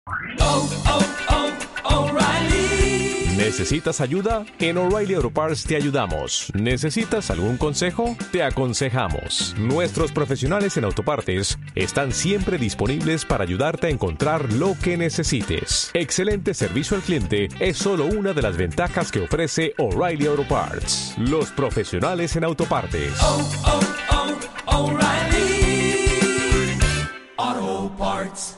O'Reilly. ¿Necesitas ayuda? En O'Reilly Auto Parts te ayudamos. ¿Necesitas algún consejo? Te aconsejamos. Nuestros profesionales en autopartes están siempre disponibles para ayudarte a encontrar lo que necesites. Excelente servicio al cliente es solo una de las ventajas que ofrece O'Reilly Auto Parts. Los profesionales en autopartes. O'Reilly Auto Parts.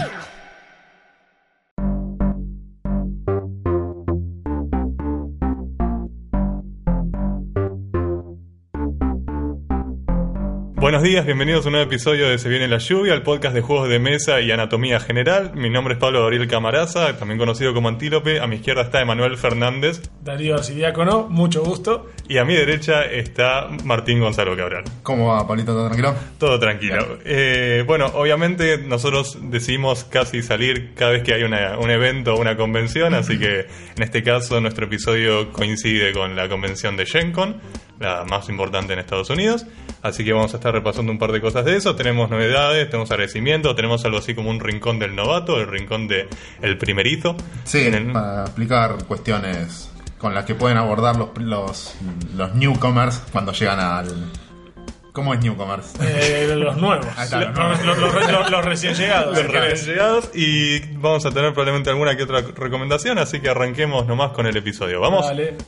Buenos días, bienvenidos a un nuevo episodio de Se Viene la Lluvia, el podcast de juegos de mesa y anatomía general. Mi nombre es Pablo Gabriel Camaraza, también conocido como Antílope. A mi izquierda está Emanuel Fernández. Darío Arcidiácono, mucho gusto. Y a mi derecha está Martín Gonzalo Cabral. ¿Cómo va, Pablito? ¿Todo tranquilo? Todo tranquilo. Bueno, obviamente nosotros decidimos casi salir cada vez que hay un evento o una convención, así que en este caso nuestro episodio coincide con la convención de Gen Con, la más importante en Estados Unidos. Así que vamos a estar repasando un par de cosas de eso. Tenemos novedades, tenemos agradecimientos, tenemos algo así como un rincón del novato, el rincón de el primerito. Sí, para explicar cuestiones con las que pueden abordar los newcomers cuando llegan al... ¿Cómo es newcomers? Los nuevos. Está, los recién llegados. Los recién llegados, y vamos a tener probablemente alguna que otra recomendación, así que arranquemos nomás con el episodio. ¿Vamos? Dale.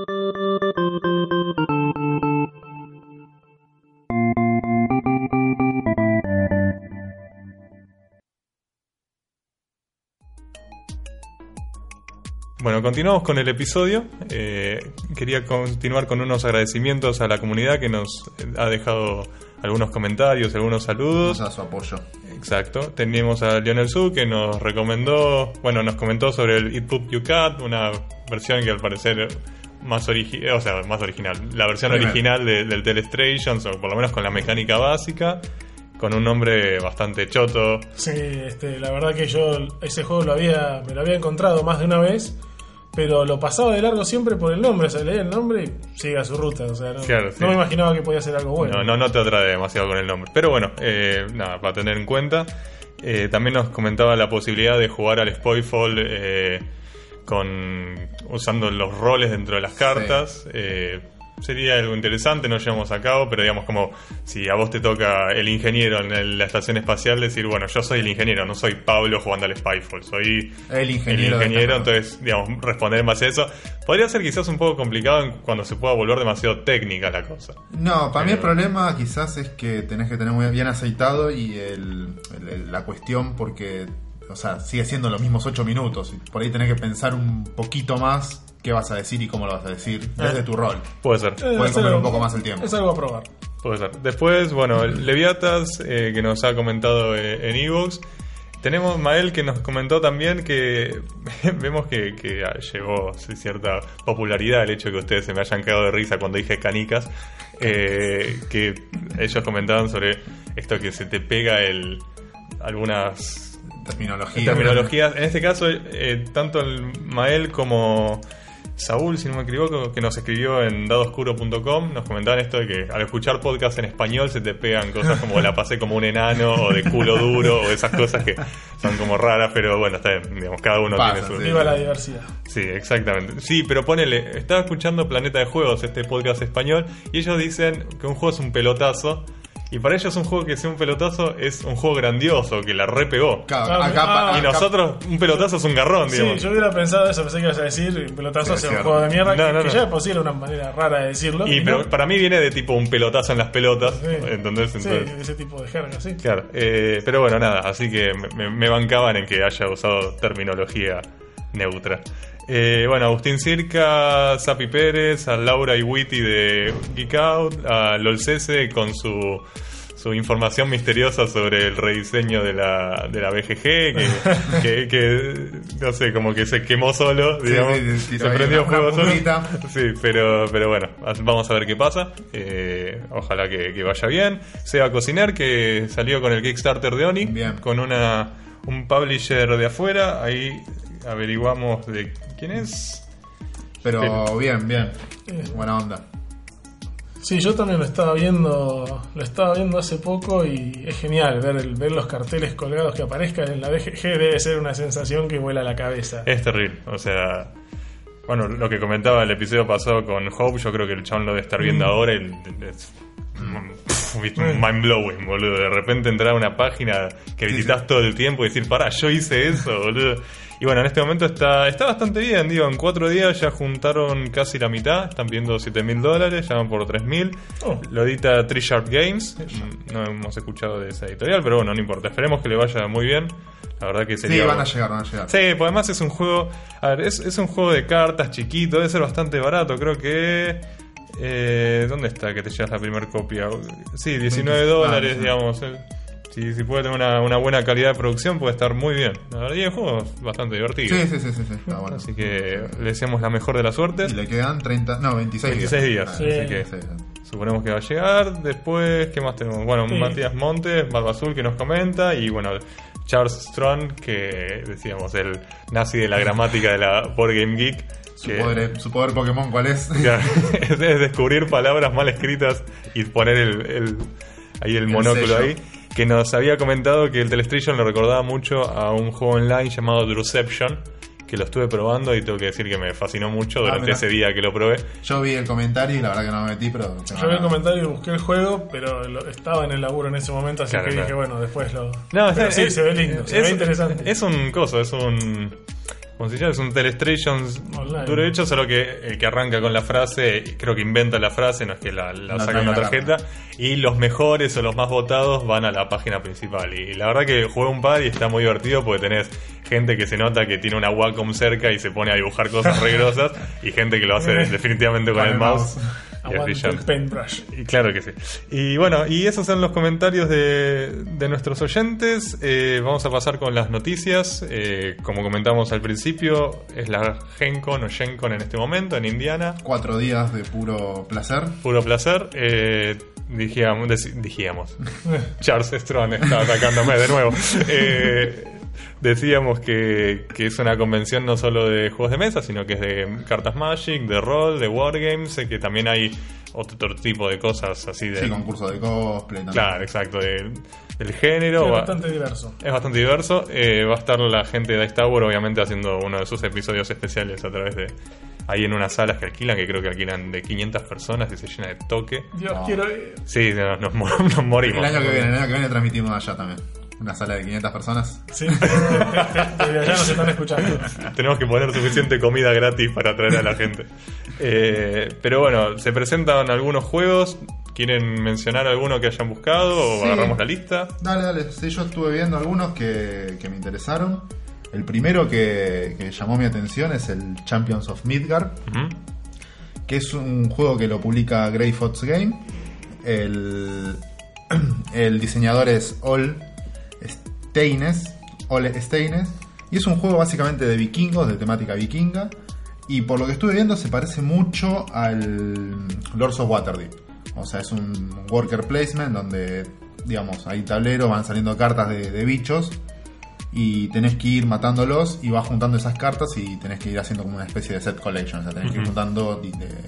Bueno, continuamos con el episodio. Quería continuar con unos agradecimientos a la comunidad que nos ha dejado algunos comentarios, algunos saludos. Nos da su apoyo. Exacto. Teníamos a Lionel Su que nos comentó sobre el It Poop You Cat, una versión que al parecer más original. La versión original del Telestrations, o por lo menos con la mecánica básica, con un nombre bastante choto. Sí, la verdad que yo ese juego me lo había encontrado más de una vez, pero lo pasaba de largo siempre por el nombre. O sea, leía el nombre y sigue a su ruta. O sea, no me imaginaba que podía ser algo bueno. No te atrae demasiado con el nombre. Pero bueno, nada, para tener en cuenta. También nos comentaba la posibilidad de jugar al Spoilfall usando los roles dentro de las cartas. Sí. Sería algo interesante, no llevamos a cabo, pero digamos, como si a vos te toca el ingeniero en la estación espacial, decir, bueno, yo soy el ingeniero, no soy Pablo jugando al Spyfall, soy el ingeniero, entonces, digamos, responder en base a eso podría ser quizás un poco complicado cuando se pueda volver demasiado técnica la cosa. No, para mí el problema quizás es que tenés que tener muy bien aceitado y la cuestión, porque, o sea, sigue siendo los mismos 8 minutos, y por ahí tenés que pensar un poquito más qué vas a decir y cómo lo vas a decir desde tu rol. Puede ser. Puede comer un poco más el tiempo. Es algo a probar. Puede ser. Después, bueno, Leviatas, que nos ha comentado en Evox. Tenemos Mael, que nos comentó también que vemos que llegó cierta popularidad el hecho de que ustedes se me hayan cagado de risa cuando dije canicas. Que ellos comentaban sobre esto que se te pega algunas terminologías. En este caso, tanto el Mael como Saúl, si no me equivoco, que nos escribió en dadoscuro.com, nos comentaban esto de que al escuchar podcast en español se te pegan cosas como la pasé como un enano, o de culo duro, o esas cosas que son como raras, pero bueno, está bien, digamos, cada uno tiene su... Viva la diversidad. Sí, exactamente. Sí, pero ponele, estaba escuchando Planeta de Juegos, este podcast español, y ellos dicen que un juego es un pelotazo. Y para ellos un juego que sea un pelotazo es un juego grandioso, que la repegó. Y nosotros, un pelotazo es un garrón, digamos. Sí, yo hubiera pensado eso, pensé que ibas a decir un pelotazo es un juego de mierda, que ya de por sí era una manera rara de decirlo. Pero para mí viene de tipo un pelotazo en las pelotas. Sí, entonces, ese tipo de jerga, sí. Claro, pero bueno, nada, así que me bancaban en que haya usado terminología neutra. Bueno, Agustín Circa, Zapi Pérez, a Laura y Witty de Geek Out, a Lolcese con su información misteriosa sobre el rediseño de la BGG, que no sé, como que se quemó solo, digamos, sí, se prendió fuego solo. Sí, pero bueno, vamos a ver qué pasa. Ojalá que vaya bien. Seba Cocinar, que salió con el Kickstarter de Oni, bien, con un publisher de afuera. Ahí averiguamos de quién es. Pero bien, buena onda. Sí, yo también lo estaba viendo hace poco y es genial ver los carteles colgados que aparezcan en la BGG. Debe ser una sensación que vuela la cabeza. Es terrible, o sea, bueno, lo que comentaba el episodio pasado con Hope, yo creo que el chabón lo debe estar viendo ahora y es mind blowing, boludo. De repente entrar a una página que visitas todo el tiempo y decir, pará, yo hice eso, boludo. Y bueno, en este momento está bastante bien, digo, en 4 días ya juntaron casi la mitad, están pidiendo $7,000, ya van por 3,000. Lo edita 3 Sharp Games, no hemos escuchado de esa editorial, pero bueno, no importa, esperemos que le vaya muy bien. La verdad que sería... Sí, van a llegar. Sí, pues además es un juego, a ver, es un juego de cartas chiquito, debe ser bastante barato, creo que... ¿dónde está que te llevas la primera copia? Sí, $19, digamos. Si puede tener una buena calidad de producción, puede estar muy bien. La verdad, y el juego es bastante divertido. Sí, está bueno. Así que le deseamos la mejor de las suertes. Y le quedan 26 días. Sí. Así que suponemos que va a llegar. Después, ¿qué más tenemos? Bueno, sí. Matías Montes, Barba Azul, que nos comenta. Y bueno, Charles Strong, que decíamos, el nazi de la gramática de la Board Game Geek. Su poder Pokémon, ¿cuál es? Claro, es descubrir palabras mal escritas y poner el monóculo sello. Ahí. Que nos había comentado que el Telestration lo recordaba mucho a un juego online llamado Druception, que lo estuve probando y tengo que decir que me fascinó mucho durante ese día que lo probé. Yo vi el comentario y la verdad que no me metí, pero... Yo vi el comentario y busqué el juego, pero estaba en el laburo en ese momento, así que dije, bueno, después lo... No, sí, se ve lindo, se ve interesante. Es un coso, es un... ¿Cómo se llama? Es un Telestration duro hecho, solo que el que arranca con la frase, creo que inventa la frase, no es que la saca en una tarjeta, y los mejores o los más votados van a la página principal. Y la verdad que jugué un par y está muy divertido porque tenés gente que se nota que tiene una Wacom cerca y se pone a dibujar cosas re grosas, y gente que lo hace definitivamente con el mouse. Aguante el paintbrush. Y claro que sí. Y bueno, y esos son los comentarios de nuestros oyentes. Vamos a pasar con las noticias. Como comentamos al principio, es la Gen-Con o Gen-Con en este momento en Indiana. 4 días de puro placer. Puro placer. Dijimos. Charles Strong está atacándome de nuevo. Decíamos que es una convención no solo de juegos de mesa, sino que es de cartas Magic, de rol, de wargames, que también hay otro tipo de cosas así de... Sí, concurso de cosplay también. Claro, exacto, del género. Sí, es bastante diverso. Es bastante diverso. Va a estar la gente de Dice Tower, obviamente, haciendo uno de sus episodios especiales a través de... Ahí en unas salas que alquilan, que creo que alquilan de 500 personas y se llena de toque. Dios, quiero ir. Sí, nos morimos. El año que viene transmitimos allá también. Una sala de 500 personas. Sí, ya nos están escuchando. Tenemos que poner suficiente comida gratis para atraer a la gente. Pero bueno, se presentan algunos juegos. ¿Quieren mencionar alguno que hayan buscado o agarramos la lista? Dale. Sí, yo estuve viendo algunos que me interesaron. El primero que llamó mi atención es el Champions of Midgard, que es un juego que lo publica Grey Fox Game. El diseñador es Ole Steines, y es un juego básicamente de vikingos, de temática vikinga, y por lo que estuve viendo se parece mucho al Lords of Waterdeep. O sea, es un worker placement donde, digamos, hay tablero, van saliendo cartas de bichos y tenés que ir matándolos y vas juntando esas cartas y tenés que ir haciendo como una especie de set collection. O sea, tenés que ir juntando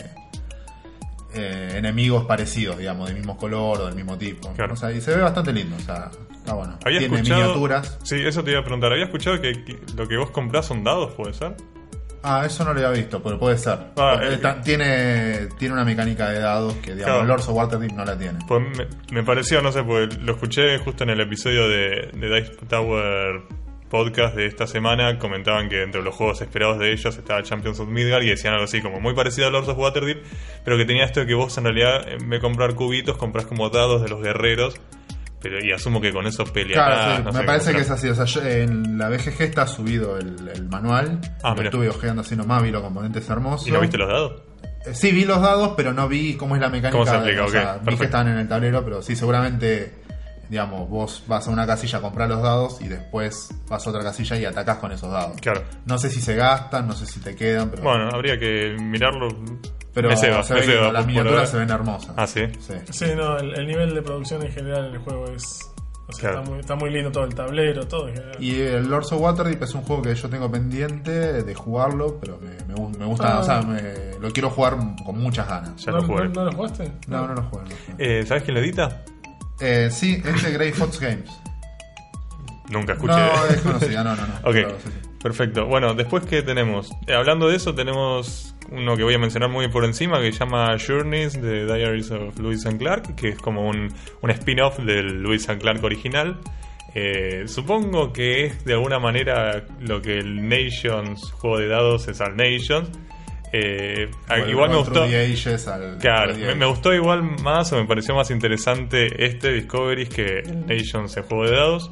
enemigos parecidos, digamos, del mismo color o del mismo tipo. Claro. O sea, y se ve bastante lindo, o sea, está bueno. Tiene miniaturas. Sí, eso te iba a preguntar. Había escuchado que lo que vos comprás son dados, ¿puede ser? Eso no lo había visto, pero puede ser. Tiene una mecánica de dados que, digamos, claro. Lords of Waterdeep no la tiene. Pues me pareció, no sé, porque lo escuché justo en el episodio de Dice Tower podcast de esta semana. Comentaban que entre los juegos esperados de ellos estaba Champions of Midgard y decían algo así como muy parecido a Lords of Waterdeep, pero que tenía esto de que vos en realidad en vez de comprar cubitos comprás como dados de los guerreros, y asumo que con eso pelearás. Claro, sí, no me parece que es así. O sea, en la BGG está subido el manual. Lo estuve ojeando así nomás, vi los componentes hermosos. ¿Y no viste los dados? Sí, vi los dados, pero no vi cómo es la mecánica. ¿Cómo se aplica? O sea, vi que estaban en el tablero, pero sí, seguramente, digamos, vos vas a una casilla a comprar los dados y después vas a otra casilla y atacás con esos dados. Claro. No sé si se gastan, no sé si te quedan, pero... Bueno, habría que mirarlo. Pero las miniaturas se ven hermosas. Ah, ¿sí? Sí, no, el nivel de producción en general en el juego es O sea, está muy lindo todo el tablero, todo. Y el Lords of Waterdeep es un juego que yo tengo pendiente de jugarlo, pero me gusta, o sea, lo quiero jugar con muchas ganas. Ya lo jugué. ¿No lo jugaste? No lo jugué. ¿Sabes quién lo edita? Sí, es de Grey Fox Games. Nunca escuché. No, es conocida, no. Ok, Claro, sí. Perfecto. Bueno, después que tenemos, hablando de eso, tenemos uno que voy a mencionar muy por encima, que se llama Journeys de Diaries of Lewis and Clark, que es como un spin-off del Lewis and Clark original. Supongo que es de alguna manera lo que el Nations, juego de dados, es al Nations. Igual me gustó. Claro, me gustó igual más, o me pareció más interesante Discoveries que el Nations, el juego de dados.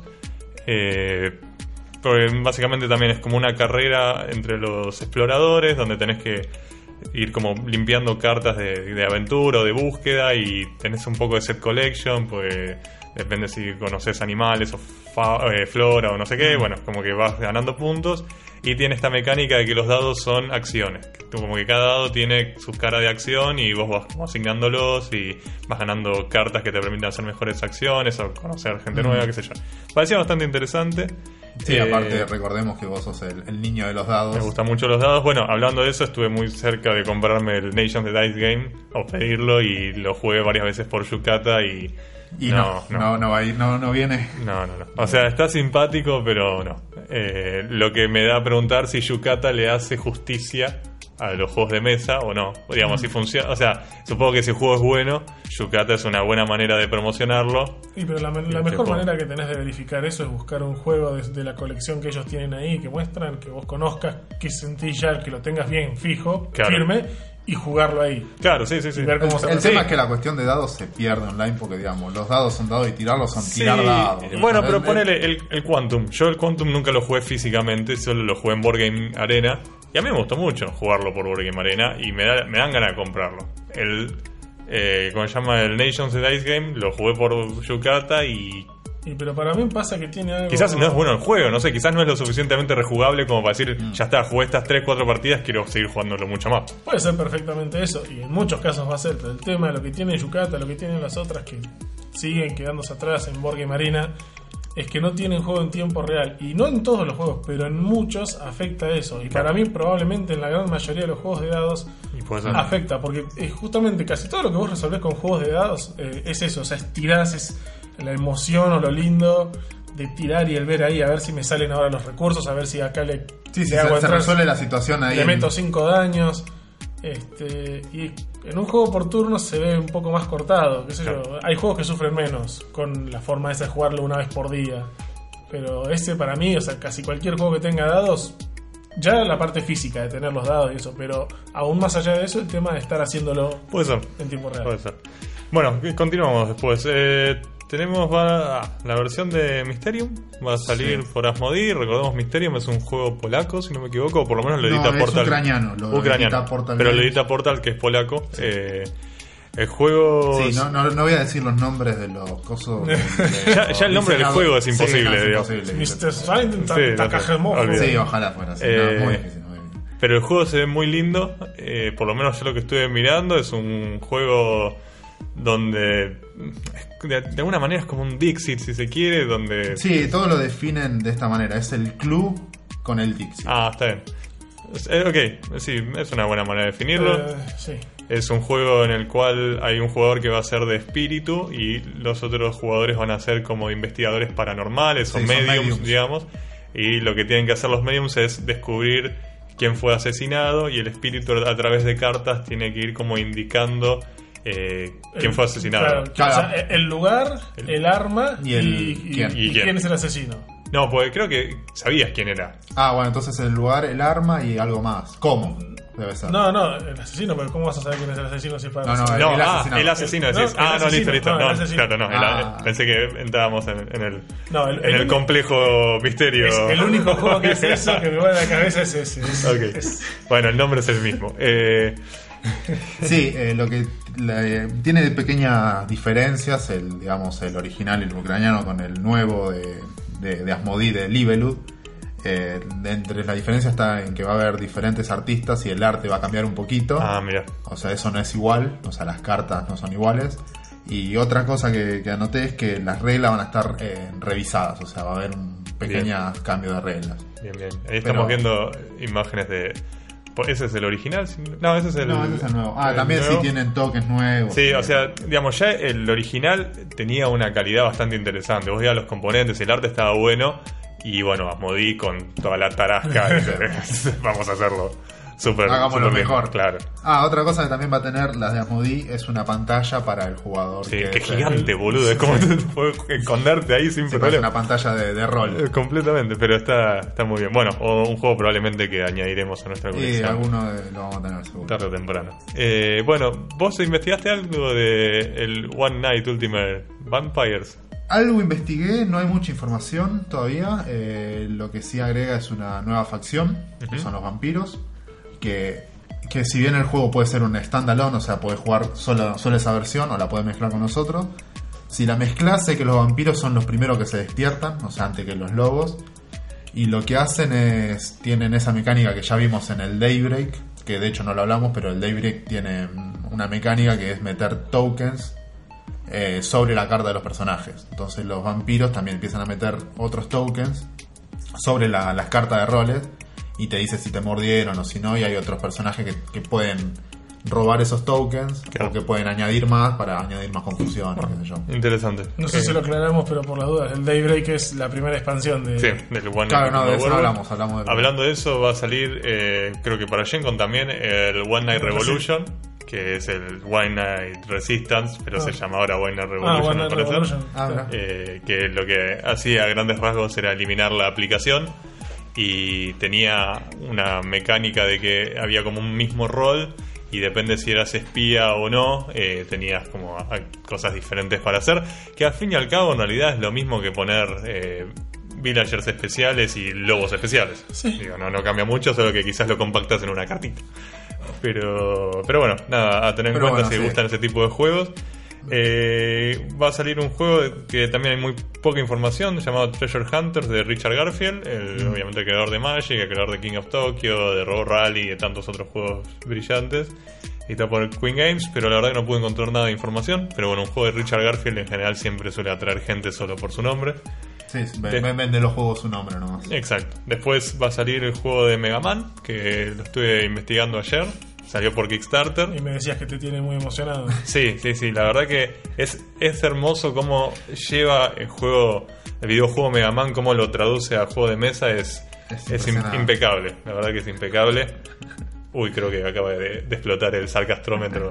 Porque básicamente también es como una carrera entre los exploradores, donde tenés que ir como limpiando cartas de aventura o de búsqueda, y tenés un poco de set collection, pues depende si conoces animales o flora o no sé qué, bueno, como que vas ganando puntos. Y tiene esta mecánica de que los dados son acciones, como que cada dado tiene su cara de acción y vos vas como asignándolos y vas ganando cartas que te permiten hacer mejores acciones o conocer gente nueva, qué sé yo. Parecía bastante interesante. Sí, aparte recordemos que vos sos el niño de los dados. Me gustan mucho los dados. Bueno, hablando de eso, estuve muy cerca de comprarme el Nations the Dice Game o pedirlo, y lo jugué varias veces por Yucata y no viene. No. O sea, está simpático, pero no. Lo que me da a preguntar si Yucata le hace justicia a los juegos de mesa o no. Digamos, si funciona. O sea, supongo que si el juego es bueno, Yucata es una buena manera de promocionarlo. Sí, pero la mejor manera que tenés de verificar eso es buscar un juego de la colección que ellos tienen ahí, que muestran, que vos conozcas, que sentís ya, que lo tengas bien fijo, firme, y jugarlo ahí. Claro, sí. Ver cómo el tema es que la cuestión de dados se pierde online, porque digamos, los dados son dados y tirarlos son tirar dados. Bueno, pero ponele el Quantum. Yo el Quantum nunca lo jugué físicamente, solo lo jugué en Board Game Arena. Y a mí me gustó mucho jugarlo por Board Game Arena y me dan ganas de comprarlo. Como se llama, el Nations the Dice Game, lo jugué por Yucata y pero para mí pasa que tiene algo... Quizás no es bueno el juego, no sé, quizás no es lo suficientemente rejugable como para decir, ya está, jugué estas 3-4 partidas, quiero seguir jugándolo mucho más. Puede ser perfectamente eso, y en muchos casos va a ser, pero el tema de lo que tiene Yucata, lo que tienen las otras que siguen quedándose atrás en Board Game Arena, es que no tienen juego en tiempo real, y no en todos los juegos, pero en muchos afecta eso, y para mí probablemente en la gran mayoría de los juegos de dados afecta, porque justamente casi todo lo que vos resolvés con juegos de dados es eso, o sea, estirás, es la emoción o lo lindo de tirar y el ver ahí a ver si me salen ahora los recursos, a ver si acá le hago se resuelve la situación ahí, le meto 5 daños, y en un juego por turno se ve un poco más cortado, qué sé yo. Hay juegos que sufren menos con la forma esa de jugarlo una vez por día, pero ese para mí, o sea, casi cualquier juego que tenga dados, ya la parte física de tener los dados y eso, pero aún más allá de eso, el tema de estar haciéndolo en tiempo real. Puede ser. Bueno, continuamos después. Tenemos la versión de Mysterium, va a salir por Asmodee. Recordemos, Mysterium es un juego polaco, si no me equivoco, o por lo menos lo edita Portal. Ucraniano. Pero lo edita Portal, que es polaco. Sí. El juego... Sí, no voy a decir los nombres de los cosos... ya el nombre del juego es imposible, digamos. Mr. Silent Takajemo. Sí, ojalá fuera así. Muy difícil. Pero el juego se ve muy lindo. Por lo menos yo lo que estuve mirando es un juego donde de alguna manera es como un Dixit, si se quiere, donde... Sí, todo lo definen de esta manera. Es el club con el Dixit. Ah, está bien. Ok, sí, es una buena manera de definirlo. Sí. Es un juego en el cual hay un jugador que va a ser de espíritu y los otros jugadores van a ser como investigadores paranormales o mediums, digamos. Y lo que tienen que hacer los mediums es descubrir quién fue asesinado, y el espíritu a través de cartas tiene que ir como indicando quién fue asesinado. Claro. O sea, el lugar, el arma y quién es el asesino. No, pues creo que sabías quién era. Ah, bueno, entonces el lugar, el arma y algo más. ¿Cómo? Debe ser. No, el asesino, pero ¿cómo vas a saber quién es el asesino si para el asesino decís. Listo. Pensé que entrábamos en el complejo misterio. El único juego que hace eso que me va a la cabeza es ese. Okay. Bueno, el nombre es el mismo. Sí, lo que tiene pequeñas diferencias, el original, el ucraniano, con el nuevo de Asmodee, de Libelud. Entre la diferencia está en que va a haber diferentes artistas y el arte va a cambiar un poquito. Ah, mira. O sea, eso no es igual, o sea, las cartas no son iguales. Y otra cosa que anoté es que las reglas van a estar revisadas, o sea, va a haber un pequeño cambio de reglas. Bien. Ahí estamos viendo imágenes de... ¿Ese es el original? No, ese es el nuevo. También nuevo. Sí tienen tokens nuevos. Sí, o sea, digamos, ya el original tenía una calidad bastante interesante. Vos veías los componentes, el arte estaba bueno. Y bueno, Asmodee con toda la tarasca, vamos a hacerlo súper. Hagámoslo mejor. Claro. Otra cosa que también va a tener las de Asmodee es una pantalla para el jugador. Sí, que gigante, boludo. Es como te puedes esconderte ahí sin problema. Es una pantalla de rol. Completamente, pero está muy bien. Bueno, o un juego probablemente que añadiremos a nuestra colección. Sí, alguno lo vamos a tener seguro. Tarde o temprano. Bueno, ¿vos investigaste algo de el One Night Ultimate Vampires? Algo investigué, no hay mucha información todavía. Lo que sí agrega es una nueva facción, que son los vampiros. Que si bien el juego puede ser un standalone, o sea, podés jugar solo esa versión o la podés mezclar con nosotros. Si la mezclás, sé que los vampiros son los primeros que se despiertan, o sea, antes que los lobos. Y lo que hacen es, tienen esa mecánica que ya vimos en el Daybreak, que de hecho no lo hablamos, pero el Daybreak tiene una mecánica que es meter tokens sobre la carta de los personajes. Entonces los vampiros también empiezan a meter otros tokens sobre las cartas de roles y te dice si te mordieron o si no, y hay otros personajes que pueden robar esos tokens, claro, o que pueden añadir más para añadir más confusión, qué sé yo. Interesante. No sé si lo aclaramos, pero por las dudas, el Daybreak es la primera expansión de... Sí, del One Night. Claro, no, de eso no hablamos de... Hablando de eso, va a salir, creo que para Gen Con también, el One Night Revolution, que es el One Night Resistance, pero se llama ahora One Night Revolution, al parecer. Que lo que hacía a grandes rasgos era eliminar la aplicación y tenía una mecánica de que había como un mismo rol y depende si eras espía o no, tenías como cosas diferentes para hacer, que al fin y al cabo en realidad es lo mismo que poner villagers especiales y lobos especiales. Sí. Digo, no cambia mucho, solo que quizás lo compactas en una cartita. Pero bueno, nada, a tener en cuenta si gustan ese tipo de juegos. Va a salir un juego que también hay muy poca información, llamado Treasure Hunters, de Richard Garfield, obviamente el creador de Magic, el creador de King of Tokyo, de Robo Rally y de tantos otros juegos brillantes. Y está por Queen Games, pero la verdad que no pude encontrar nada de información. Pero bueno, un juego de Richard Garfield en general siempre suele atraer gente solo por su nombre. Sí, vende los juegos su nombre nomás. Exacto. Después va a salir el juego de Mega Man, que lo estuve investigando ayer. Salió por Kickstarter. Y me decías que te tiene muy emocionado. Sí. La verdad que es hermoso cómo lleva el videojuego Mega Man, cómo lo traduce a juego de mesa. Es impecable. La verdad que es impecable. Uy, creo que acaba de explotar el sarcastrómetro.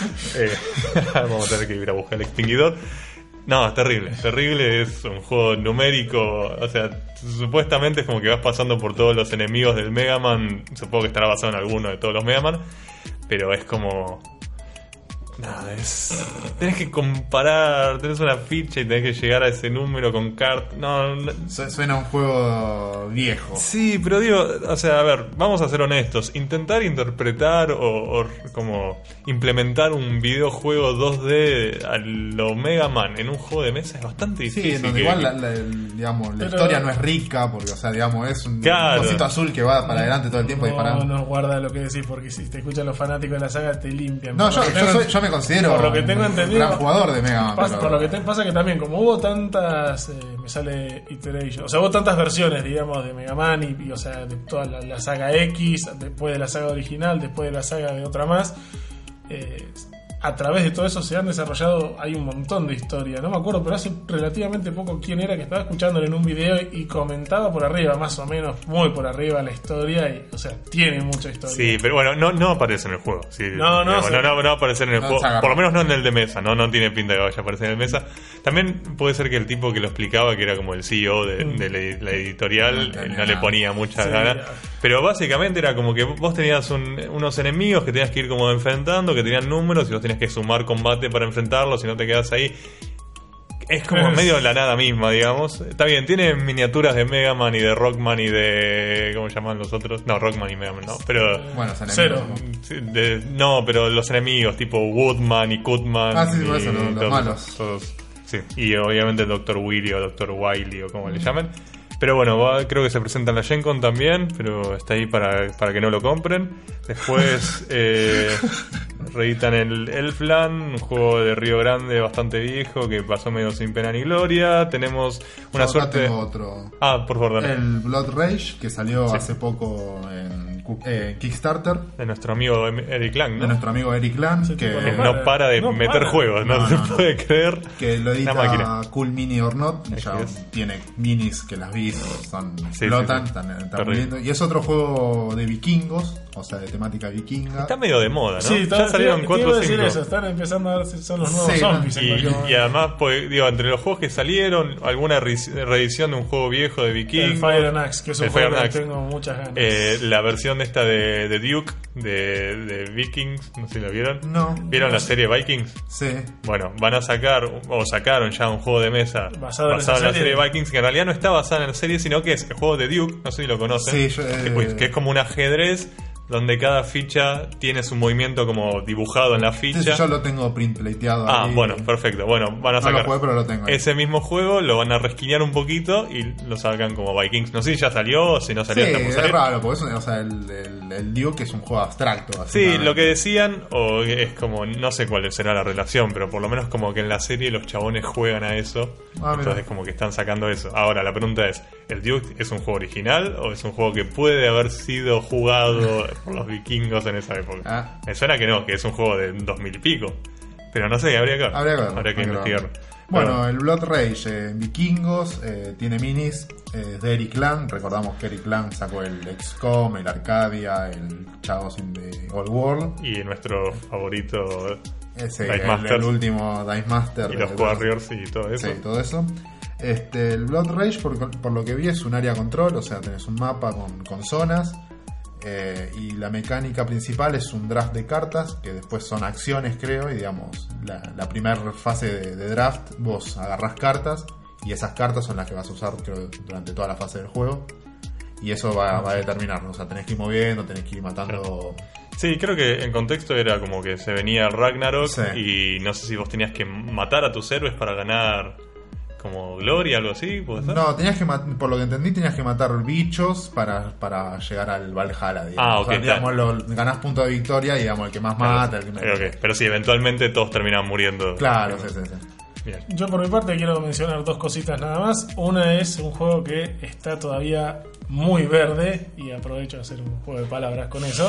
Vamos a tener que ir a buscar el extinguidor. No, es terrible, es un juego numérico, o sea, supuestamente es como que vas pasando por todos los enemigos del Mega Man, supongo que estará basado en alguno de todos los Mega Man, pero es como... Nada, tenés que comparar, tenés una ficha y tenés que llegar a ese número con cartas. No. Suena un juego viejo. Sí, pero digo, o sea, a ver, vamos a ser honestos. Intentar interpretar o como implementar un videojuego 2D a lo Mega Man en un juego de mesa es bastante difícil. Sí, donde igual la historia no es rica, porque, o sea, digamos, es un cosito azul que va para adelante todo el tiempo disparando. No, guarda lo que decís, porque si te escuchan los fanáticos de la saga te limpian. No, yo me considero por lo que tengo entendido, un gran jugador de Mega Man. Por lo que pasa que también, como hubo tantas, me sale iteration, o sea, hubo tantas versiones, digamos, de Mega Man y o sea, de toda la saga X, después de la saga original, después de la saga de otra más, a través de todo eso se han desarrollado, hay un montón de historia. No me acuerdo, pero hace relativamente poco quién era que estaba escuchándolo en un video y comentaba por arriba, más o menos, muy por arriba la historia, y, o sea, tiene mucha historia. Sí, pero bueno, no aparece en el juego. Sí, no aparece en el juego. Por lo menos no en el de mesa, no tiene pinta de que vaya a aparecer en el mesa. También puede ser que el tipo que lo explicaba, que era como el CEO de la editorial, no le ponía muchas ganas. Pero básicamente era como que vos tenías unos enemigos que tenías que ir como enfrentando, que tenían números y vos tenías que sumar combate para enfrentarlos, si no te quedas ahí. Es como medio la nada misma, digamos. Está bien, tiene miniaturas de Mega Man y de Rockman y de... ¿Cómo llaman los otros? No, Rockman y Mega Man no, pero... Bueno, Cero. No, pero los enemigos, tipo Woodman y Cutman. Sí, por eso, los malos. Todos, sí. Y obviamente el Dr. Willy o Dr. Wily o como le llamen. Pero bueno, creo que se presenta en la Gen Con también, pero está ahí para que no lo compren. Después reeditan el Elfland, un juego de Río Grande bastante viejo que pasó medio sin pena ni gloria. Tenemos una suerte... Tengo otro. Por favor, dale. El Blood Rage, que salió hace poco en Kickstarter. De nuestro amigo Eric Lang, ¿no? De nuestro amigo Eric Lang, que no para de meter juegos, no se puede creer. Que lo edita Cool Mini or Not, ya tiene minis que las vi, explotan, están muy lindos. Y es otro juego de vikingos, o sea, de temática vikinga. Está medio de moda, ¿no? Sí, ya salieron 4 o 5. Están empezando a ver si son los nuevos zombies. Y además, pues, digo, entre los juegos que salieron, alguna reedición de un juego viejo de vikingos. El Fire and Axe, que es un juego que tengo muchas ganas. La versión esta de Duke, de Vikings, no sé si la vieron. No. ¿Vieron la serie Vikings? Sí. Bueno, van a sacar, o sacaron ya un juego de mesa basado en la serie Vikings, que en realidad no está basada en la serie, sino que es el juego de Duke, no sé si lo conocen. Sí, que es como un ajedrez donde cada ficha tiene su movimiento como dibujado en la ficha. Sí, yo lo tengo printplateado ahí. Bueno, perfecto. Bueno, van a sacar no lo jugué, pero lo tengo ahí. Ese mismo juego, lo van a resquinear un poquito y lo sacan como Vikings. No sé si ya salió o si no salió. Sí, es raro, porque eso, o sea, el Duke es un juego abstracto. Sí, lo que decían, o es como, no sé cuál será la relación, pero por lo menos como que en la serie los chabones juegan a eso. Entonces como que están sacando eso. Ahora, la pregunta es, ¿el Duke es un juego original o es un juego que puede haber sido jugado por los vikingos en esa época? Me suena que no, que es un juego de 2000 y pico. Pero no sé, habría que investigarlo. Bueno, el Blood Rage, vikingos, tiene minis de Eric Lang. Recordamos que Eric Lang sacó el XCOM, el Arcadia, el Chaos in the Old World. Y nuestro favorito, el último Dice Master. Y los Warriors y todo eso. Sí, todo eso. El Blood Rage, por lo que vi, es un área control, o sea, tenés un mapa con zonas. Y la mecánica principal es un draft de cartas, que después son acciones, creo, y digamos, la primera fase de draft, vos agarrás cartas, y esas cartas son las que vas a usar, creo, durante toda la fase del juego, y eso va a determinar, o sea, tenés que ir moviendo, tenés que ir matando... Sí, creo que en contexto era como que se venía Ragnarok, y no sé si vos tenías que matar a tus héroes para ganar... como gloria, algo así, ¿puede ser? No, tenías que por lo que entendí, tenías que matar bichos para llegar al Valhalla, digamos. O sea, digamos, ganás punto de victoria y digamos el que más mata, el que menos. Pero sí, eventualmente todos terminan muriendo. Claro, sí. Bien. Yo por mi parte quiero mencionar 2 cositas nada más. Una es un juego que está todavía muy verde, y aprovecho de hacer un juego de palabras con eso.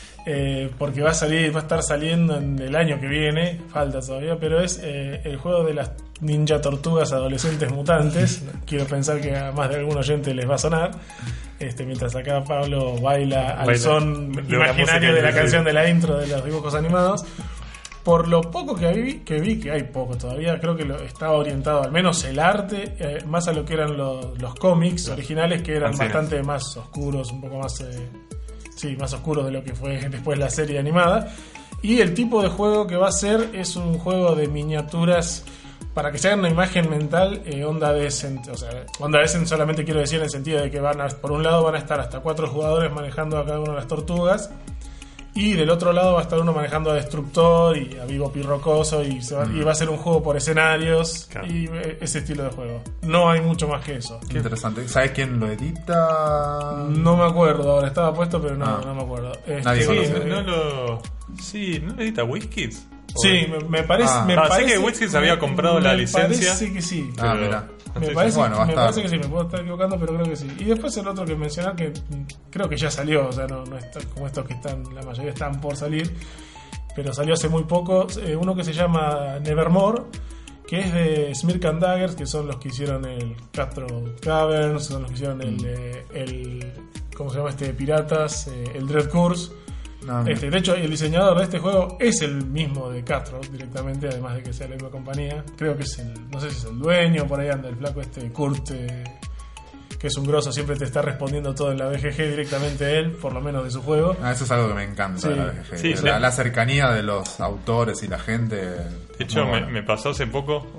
Porque va a estar saliendo en el año que viene, falta todavía, pero es el juego de las ninja tortugas adolescentes mutantes. Quiero pensar que a más de algún oyente les va a sonar, mientras acá Pablo baila al son imaginario de la canción de la intro de los dibujos animados. Por lo poco que vi, que hay poco todavía, creo que estaba orientado, al menos el arte, más a lo que eran los cómics originales, que eran bastante más oscuros, un poco más... más oscuros de lo que fue después la serie animada. Y el tipo de juego que va a ser es un juego de miniaturas, para que se hagan una imagen mental, onda Descent. O sea, onda Descent solamente quiero decir en el sentido de que por un lado van a estar hasta 4 jugadores manejando a cada una de las tortugas, y del otro lado va a estar uno manejando a Destructor y a Vivo Pirrocoso, y va a ser un juego por escenarios, y ese estilo de juego. No hay mucho más que eso. Qué interesante. ¿Sabes quién lo edita? No me acuerdo, ahora estaba puesto, pero no me acuerdo. ¿No lo edita WizKids? Sí, me parece. Sé que WizKids había comprado la licencia. Parece que sí. Mira. Me parece que sí, me puedo estar equivocando, pero creo que sí. Y después el otro que mencionar, que creo que ya salió, o sea, no está como estos que la mayoría están por salir, pero salió hace muy poco, uno que se llama Nevermore, que es de Smirk and Daggers, que son los que hicieron el Cutthroat Caverns, son los que hicieron el ¿cómo se llama Piratas? El Dread Curse. De hecho, el diseñador de este juego es el mismo de Cutthroat directamente, además de que sea la misma compañía. Creo que es no sé si es el dueño, por ahí anda el flaco Kurt, que es un grosso, siempre te está respondiendo todo en la BGG directamente él, por lo menos de su juego. Eso es algo que me encanta de la BGG. La cercanía de los autores y la gente. De hecho, me pasó hace poco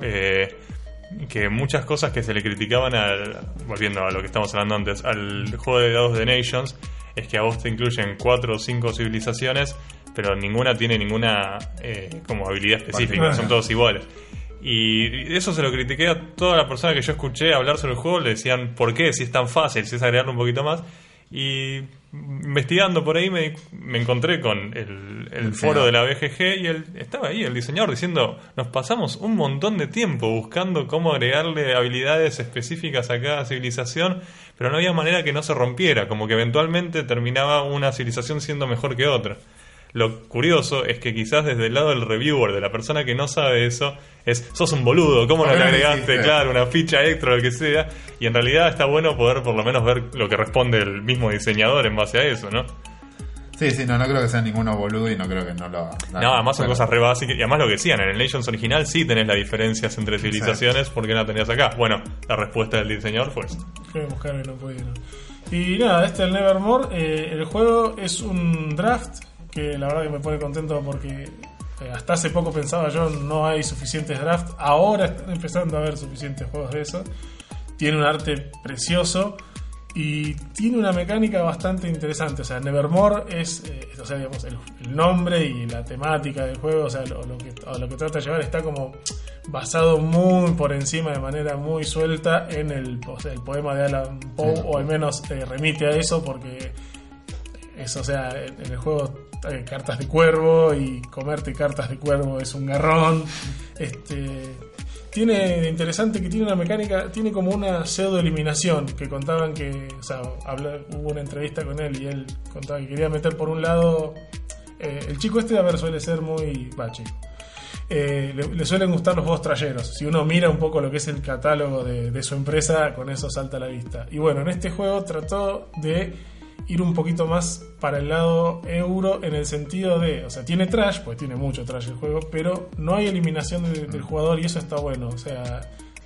que muchas cosas que se le criticaban volviendo a lo que estamos hablando antes, al juego de dados de Nations, es que a vos te incluyen 4 o 5 civilizaciones, pero ninguna tiene ninguna como habilidad específica, son todos iguales. Y eso se lo critiqué a toda la persona que yo escuché hablar sobre el juego. Le decían, ¿por qué? Si es tan fácil, si es agregarle un poquito más. Y investigando por ahí me encontré con el foro de la BGG y estaba ahí el diseñador diciendo, nos pasamos un montón de tiempo buscando cómo agregarle habilidades específicas a cada civilización, pero no había manera que no se rompiera, como que eventualmente terminaba una civilización siendo mejor que otra. Lo curioso es que quizás desde el lado del reviewer, de la persona que no sabe eso, sos un boludo, ¿cómo no le agregaste, claro, una ficha extra o lo que sea? Y en realidad está bueno poder por lo menos ver lo que responde el mismo diseñador en base a eso, ¿no? Sí, no creo que sea ninguno boludo y no creo que no lo... No, además son cosas re básicas. Y además lo que decían, en el Nations original sí tenés las diferencias entre civilizaciones, ¿por qué no la tenías acá? Bueno, la respuesta del diseñador fue esta. Fui a buscar y no pude. Y nada, el Nevermore, el juego es un draft que la verdad que me pone contento porque hasta hace poco pensaba yo no hay suficientes drafts, ahora están empezando a haber suficientes juegos de eso. Tiene un arte precioso y tiene una mecánica bastante interesante. O sea, Nevermore es o sea, digamos, el nombre y la temática del juego, o sea, lo que trata de llevar está como basado muy por encima, de manera muy suelta en el poema de Alan Poe, o al menos remite a eso, porque eso, o sea, en el juego cartas de cuervo, y comerte cartas de cuervo es un garrón. Tiene de interesante que tiene una mecánica, tiene como una pseudo eliminación, que contaban que, o sea, hubo una entrevista con él y él contaba que quería meter por un lado, el chico suele ser muy chico. Le suelen gustar los juegos trayeros. Si uno mira un poco lo que es el catálogo de su empresa, con eso salta a la vista. Y bueno, en este juego trató de ir un poquito más para el lado euro, en el sentido de, o sea, tiene trash, pues tiene mucho trash el juego, pero no hay eliminación del jugador, y eso está bueno. O sea,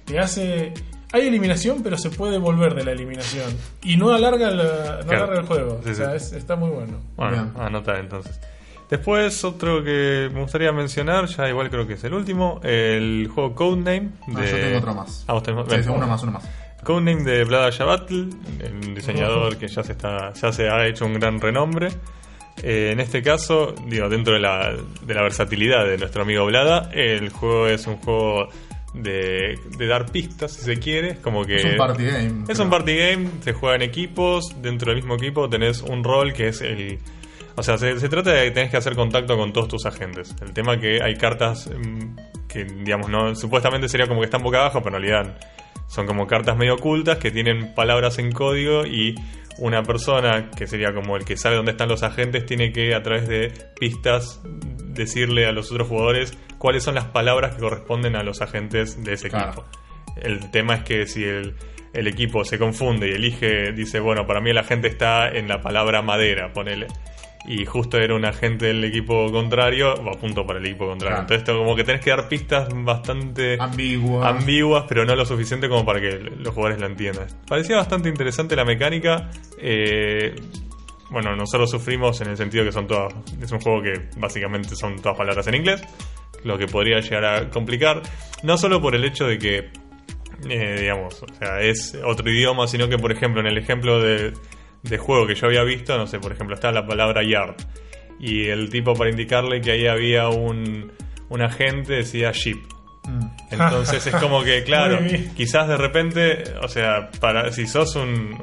hay eliminación, pero se puede volver de la eliminación y no alarga el juego. Sí, o sea, está muy bueno. Bueno, anotar entonces. Después, otro que me gustaría mencionar, ya igual creo que es el último, el juego Codename. Yo tengo otro más. Vos tenés uno más. Codename de Vlaada Chvátil, el diseñador que ya se ha hecho un gran renombre. En este caso, dentro de la versatilidad de nuestro amigo Vlaada, el juego es un juego de dar pistas, si se quiere. Como que es un party game. Es un party game, se juega en equipos. Dentro del mismo equipo tenés un rol que es el... O sea, se trata de que tenés que hacer contacto con todos tus agentes. El tema que hay cartas que, digamos, no, supuestamente sería como que están boca abajo, pero en realidad son como cartas medio ocultas que tienen palabras en código, y una persona que sería como el que sabe dónde están los agentes tiene que, a través de pistas, decirle a los otros jugadores cuáles son las palabras que corresponden a los agentes de ese equipo. El tema es que si el equipo se confunde y dice, bueno, para mí el agente está en la palabra madera, ponele, y justo era un agente del equipo contrario, va a punto para el equipo contrario. Entonces esto, como que tenés que dar pistas bastante ambiguas, pero no lo suficiente como para que los jugadores la entiendan. Parecía bastante interesante la mecánica. Bueno, nosotros sufrimos en el sentido que es un juego que básicamente son todas palabras en inglés, lo que podría llegar a complicar, no solo por el hecho de que digamos, o sea, es otro idioma, sino que, por ejemplo, en el ejemplo de juego que yo había visto, no sé, por ejemplo, está la palabra yard, y el tipo, para indicarle que ahí había un agente, decía ship. Entonces es como que, claro, quizás de repente, o sea, si sos un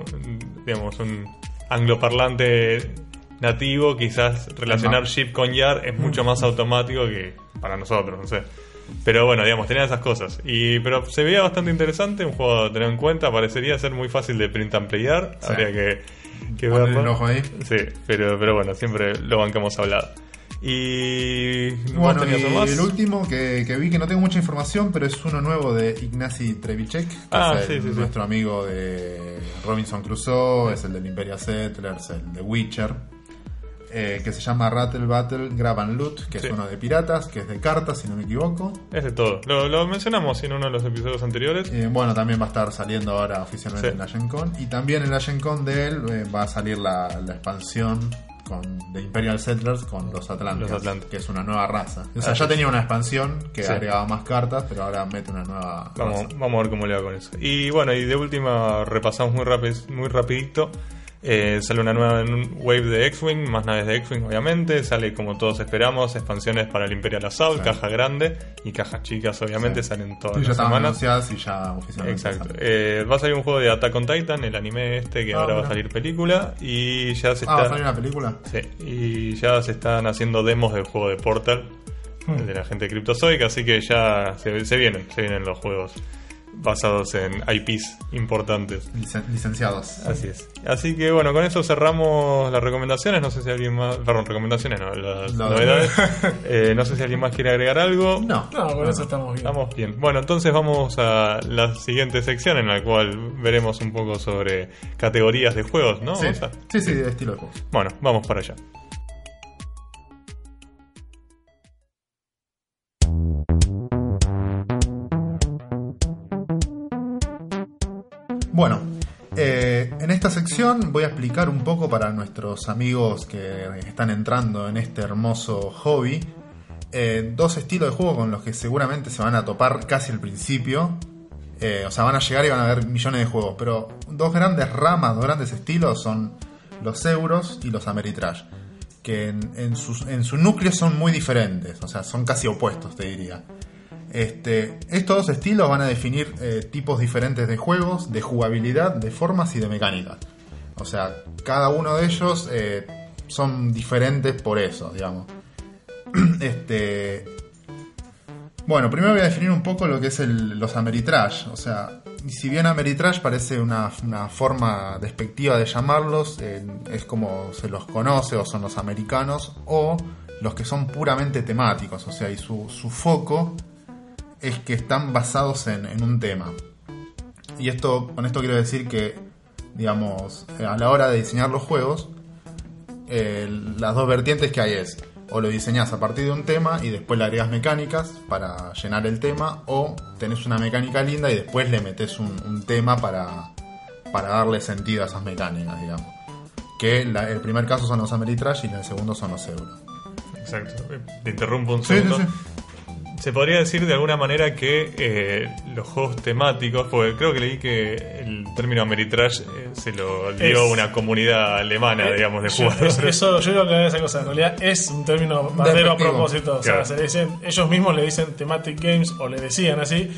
angloparlante nativo, quizás relacionar ship con yard es mucho más automático que para nosotros, no sé. Pero bueno, digamos, tenía esas cosas. Pero se veía bastante interesante, un juego a tener en cuenta. Parecería ser muy fácil de print and playar. Sí. Habría que verlo. El ojo ahí. Sí, pero bueno, siempre lo bancamos hablado. Y bueno, y el último que vi, que no tengo mucha información, pero es uno nuevo de Ignacy Trzewiczek, que es nuestro amigo de Robinson Crusoe, es el del Imperial Settlers, el de Witcher. Que se llama Rattle Battle Grab and Loot, que es uno de piratas, que es de cartas, si no me equivoco. Es de todo. Lo mencionamos en uno de los episodios anteriores. Bueno, también va a estar saliendo ahora oficialmente en la Gen Con. Y también en la Gen Con de él va a salir la expansión de Imperial Settlers con los Atlantes, que es una nueva raza. O sea, ya tenía una expansión que agregaba más cartas, pero ahora mete una nueva raza. Vamos a ver cómo le va con eso. Y bueno, y de última repasamos muy rapidito Sale una nueva wave de X-Wing, más naves de X-Wing obviamente, sale como todos esperamos, expansiones para el Imperial Assault, sí. Caja grande y cajas chicas obviamente, sí. Salen todas las semanas. Y ya oficialmente. Exacto. Va a salir un juego de Attack on Titan, el anime que ahora va a salir película y ya se ¿va a salir una película? Sí, y ya se están haciendo demos del juego de Portal, de la gente de Cryptozoic, así que ya se vienen los juegos basados en IPs importantes. Licenciados. Así es. Así que bueno, con eso cerramos las recomendaciones. No sé si alguien más... Perdón, recomendaciones no, las novedades. No sé si alguien más quiere agregar algo. No, con eso estamos bien. Estamos bien. Bueno, entonces vamos a la siguiente sección en la cual veremos un poco sobre categorías de juegos, ¿no? Sí, de estilo de juegos. Bueno, vamos para allá. Bueno, en esta sección voy a explicar un poco para nuestros amigos que están entrando en este hermoso hobby, dos estilos de juego con los que seguramente se van a topar casi al principio. O sea, van a llegar y van a ver millones de juegos, pero dos grandes ramas, dos grandes estilos son los euros y los Ameritrash, que en su núcleo son muy diferentes, o sea, son casi opuestos, te diría. Estos dos estilos van a definir tipos diferentes de juegos, de jugabilidad, de formas y de mecánicas. O sea, cada uno de ellos son diferentes por eso, digamos. Bueno, primero voy a definir un poco lo que es los Ameritrash. O sea, si bien Ameritrash parece una forma despectiva de llamarlos, es como se los conoce, o son los americanos, o los que son puramente temáticos. O sea, y su foco es que están basados en un tema. Y con esto quiero decir que, digamos, a la hora de diseñar los juegos, las dos vertientes que hay es: o lo diseñás a partir de un tema y después le agregas mecánicas para llenar el tema, o tenés una mecánica linda y después le metés un tema para darle sentido a esas mecánicas, digamos. Que el primer caso son los Ameritrash y el segundo son los euros. Exacto. Te interrumpo un segundo. Sí. Se podría decir de alguna manera que los juegos temáticos, porque creo que leí que el término Ameritrash se lo dio una comunidad alemana, digamos, de jugadores. Eso, yo creo que esa cosa en realidad es un término bandero a propósito. Claro. O sea, ellos mismos le dicen thematic games, o le decían así,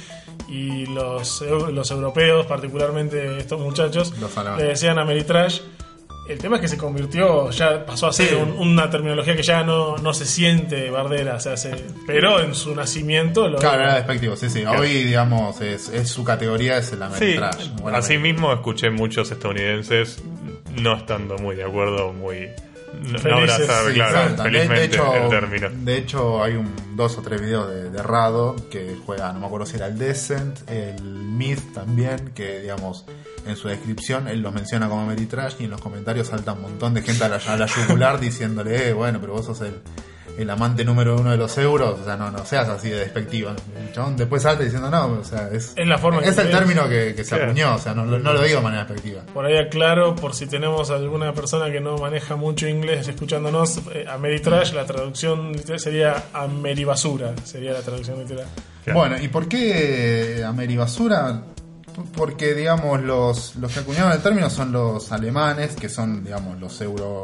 y los europeos, particularmente estos muchachos, le decían Ameritrash. El tema es que se convirtió, ya pasó a ser una terminología que ya no se siente bardera, pero en su nacimiento... Claro, era despectivo, sí. Claro. Hoy, digamos, es su categoría, es el Ameritrash. Sí, así mismo escuché muchos estadounidenses no estando muy de acuerdo, muy... No abrazar, claro, felizmente el término. De hecho, hay 2 o 3 videos de Rado que juega, no me acuerdo si era el Descent, el Myth también, que digamos, en su descripción él los menciona como Ameritrash, y en los comentarios salta un montón de gente a la yugular diciéndole, bueno, pero vos sos el amante número 1 de los euros, o sea, no seas así de despectivo. El chabón después salta diciendo o sea, es la forma es el término que se acuñó, o sea, no lo digo de manera despectiva. Por ahí aclaro, por si tenemos alguna persona que no maneja mucho inglés escuchándonos, Ameritrash, la traducción sería Ameribasura, sería la traducción literal. Claro. Bueno, ¿y por qué Ameribasura? Porque, digamos, los que acuñaron el término son los alemanes, que son, digamos, los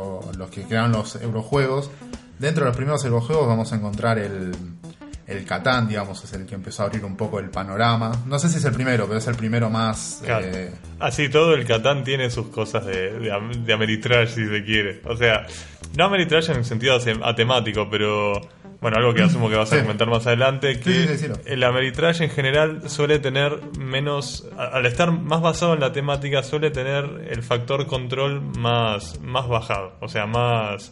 que crearon los eurojuegos. Dentro de los primeros eurojuegos vamos a encontrar el Catán, digamos, es el que empezó a abrir un poco el panorama. No sé si es el primero, pero es el primero más... Claro. Así todo el Catán tiene sus cosas de Ameritrash, si se quiere. O sea, no Ameritrash en el sentido atemático, pero... Bueno, algo que asumo que vas a comentar más adelante, que el Ameritrash en general suele tener menos... Al estar más basado en la temática, suele tener el factor control más bajado. O sea, más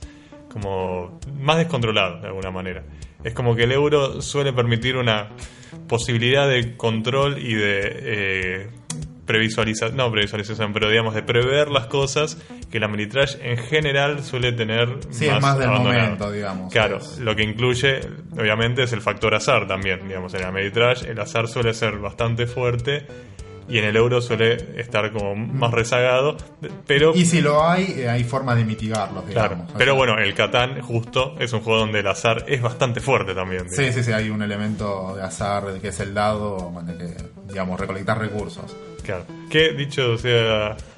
descontrolado de alguna manera. Es como que el euro suele permitir una posibilidad de control y de previsualización, pero digamos de prever las cosas, que el Ameritrash en general suele tener más del momento, digamos. Claro, lo que incluye obviamente es el factor azar también, digamos. En el Ameritrash el azar suele ser bastante fuerte y en el euro suele estar como más rezagado, pero... Y si lo hay formas de mitigarlo, digamos. Claro, pero bueno, el Catán justo es un juego donde el azar es bastante fuerte también. Digamos. Sí, hay un elemento de azar que es el dado, que, digamos, recolectar recursos. Claro, que dicho sea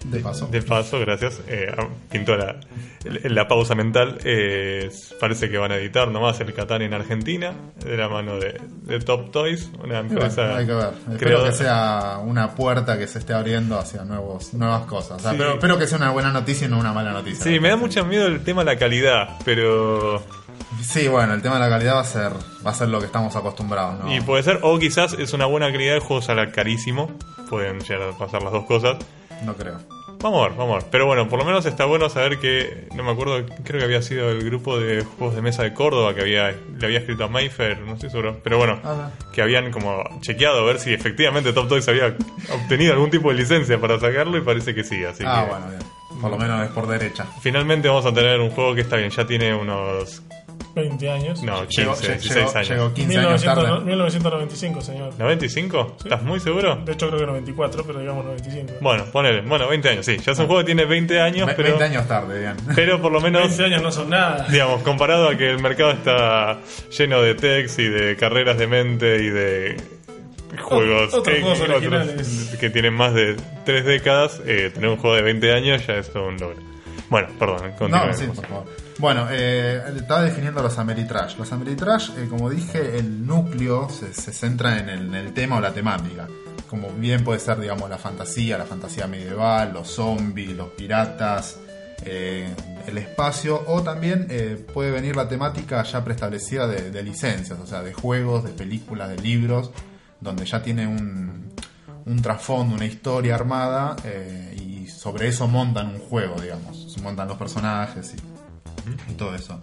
De paso, gracias. Pintó la pausa mental. Parece que van a editar nomás el Catán en Argentina, de la mano de Top Toys, una empresa. Bueno, hay que ver. Espero que sea una puerta que se esté abriendo hacia nuevas cosas. O sea, pero espero que sea una buena noticia y no una mala noticia. Sí, me da mucho miedo el tema de la calidad, pero... Sí, bueno, el tema de la calidad va a ser lo que estamos acostumbrados, ¿no? Y puede ser, o quizás es una buena calidad de juego, sale carísimo. Pueden llegar a pasar las dos cosas. No creo. Vamos a ver. Pero bueno, por lo menos está bueno saber que, no me acuerdo, creo que había sido el grupo de juegos de mesa de Córdoba que le había escrito a Mayfair, no estoy seguro. Pero bueno, que habían como chequeado a ver si efectivamente Top Toys había obtenido algún tipo de licencia para sacarlo y parece que sí. Así que, bueno, bien. Por lo menos es por derecha. Finalmente vamos a tener un juego que está bien, ya tiene unos... 20 años. No, 15, 16 años. Llegó 15 años tarde. 1995, señor. ¿95? ¿Sí? ¿Estás muy seguro? De hecho creo que 94, pero digamos 95. Bueno, ponele. Bueno, 20 años, sí. Ya es un juego que tiene 20 años, pero... 20 años tarde, bien. Pero por lo menos... 20 años no son nada. Digamos, comparado a que el mercado está lleno de techs y de carreras de mente y de... juegos que tienen más de 3 décadas, tener un juego de 20 años ya es todo un logro. Bueno, perdón, continuemos. No, sí, por favor. Bueno, estaba definiendo los Ameritrash. Los Ameritrash, como dije, el núcleo se centra en el tema o la temática. Como bien puede ser, digamos, la fantasía medieval, los zombies, los piratas, el espacio, o también puede venir la temática ya preestablecida de licencias, o sea, de juegos, de películas, de libros, donde ya tiene un trasfondo, una historia armada, y sobre eso montan un juego, digamos. Se montan los personajes y todo eso.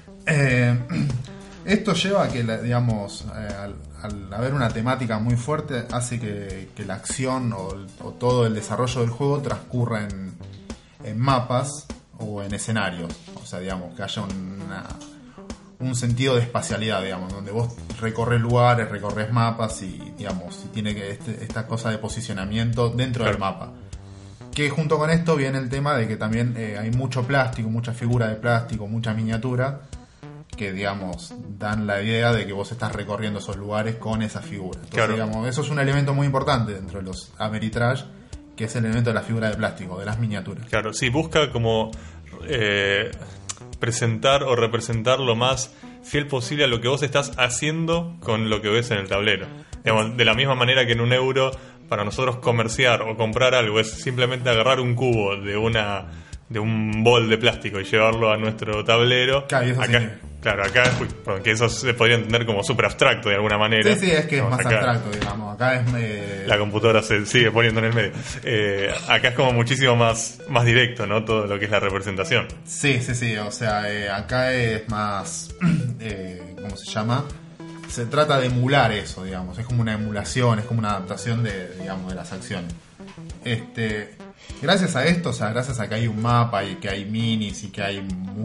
Esto lleva a que, digamos, al haber una temática muy fuerte, hace que la acción o todo el desarrollo del juego transcurra en mapas o en escenarios. O sea, digamos, que haya un sentido de espacialidad, digamos, donde vos recorres lugares, recorres mapas y, digamos, tiene que esta cosa de posicionamiento dentro del mapa. Que junto con esto viene el tema de que también hay mucho plástico, mucha figura de plástico, mucha miniatura, que, digamos, dan la idea de que vos estás recorriendo esos lugares con esa figura. Entonces, claro, digamos, eso es un elemento muy importante dentro de los Ameritrash, que es el elemento de la figura de plástico, de las miniaturas. Claro, sí, busca como presentar o representar lo más fiel posible a lo que vos estás haciendo con lo que ves en el tablero. Digamos, de la misma manera que en un euro, para nosotros comerciar o comprar algo es simplemente agarrar un cubo de un bol de plástico y llevarlo a nuestro tablero. Claro, acá que eso se podría entender como súper abstracto de alguna manera. Sí, es que es más abstracto, digamos. Acá es... La computadora se sigue poniendo en el medio. Acá es como muchísimo más directo, ¿no? Todo lo que es la representación. Sí. O sea, acá es más... ¿cómo se llama? Se trata de emular eso, digamos. Es como una emulación, es como una adaptación de las acciones. Gracias a esto, o sea, gracias a que hay un mapa y que hay minis y que hay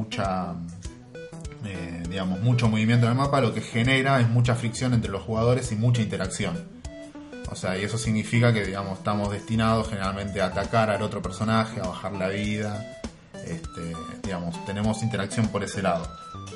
mucho movimiento en el mapa, lo que genera es mucha fricción entre los jugadores y mucha interacción. O sea, y eso significa que, digamos, estamos destinados generalmente a atacar al otro personaje, a bajar la vida. Digamos, tenemos interacción por ese lado.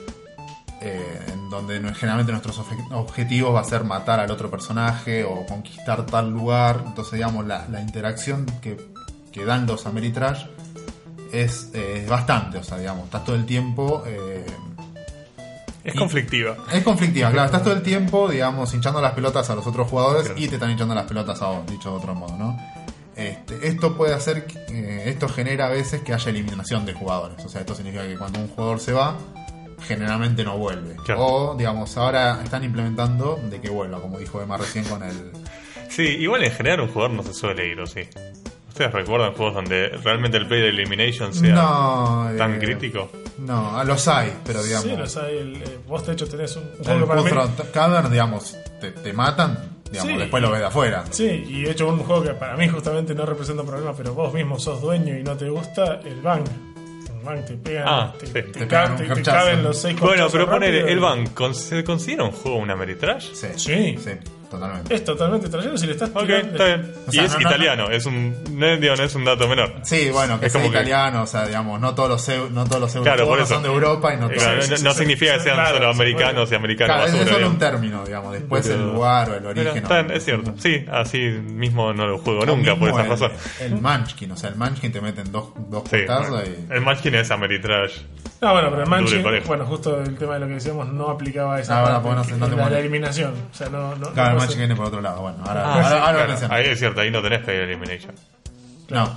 En donde generalmente nuestros objetivos va a ser matar al otro personaje o conquistar tal lugar. Entonces, digamos, la interacción que dan los Ameritrash es bastante. O sea, digamos, estás todo el tiempo... Es conflictiva. Es conflictiva, claro. Estás todo el tiempo, digamos, hinchando las pelotas a los otros jugadores, claro, y te están hinchando las pelotas a vos, dicho de otro modo, ¿no? Esto puede hacer... esto genera a veces que haya eliminación de jugadores. O sea, esto significa que cuando un jugador se va, generalmente no vuelve. Claro. O, digamos, ahora están implementando de que vuelva, como dijo Emma recién con el... Sí, igual en general un jugador no se suele ir, ¿o sí? ¿Ustedes recuerdan juegos donde realmente el player elimination sea tan crítico? No, los hay, pero digamos... Sí, los hay. Vos de hecho tenés un juego para mí... Cavern, digamos, te matan, digamos, sí, después lo ves de afuera. Sí, y de hecho un juego que para mí justamente no representa un problema, pero vos mismo sos dueño y no te gusta, el Bang. El Bang te pegan, te caben los 6. Bueno, pero ponele, el Bang, ¿se considera un juego un Ameritrash? Sí. totalmente. Es totalmente trayero si le estás tirando. Está bien. O sea, y es italiano, no es un dato menor. Sí, bueno, que es italiano, o sea, digamos, no todos los euros son de Europa y no todos. No significa que sean solo americanos y americanos. Claro, es solo un término, digamos, después el lugar o el origen. Es cierto, sí, así mismo no lo juego nunca por esa razón. El Munchkin, o sea, el Munchkin te meten dos putazos y... El Munchkin es Ameritrash. No, bueno, pero el Munchkin, bueno, justo el tema de lo que decíamos no aplicaba a esa parte, la eliminación. O sea, claro, el Munchkin viene por otro lado. Bueno, ahora lo ahí es cierto, ahí no tenés Fail Elimination. Claro.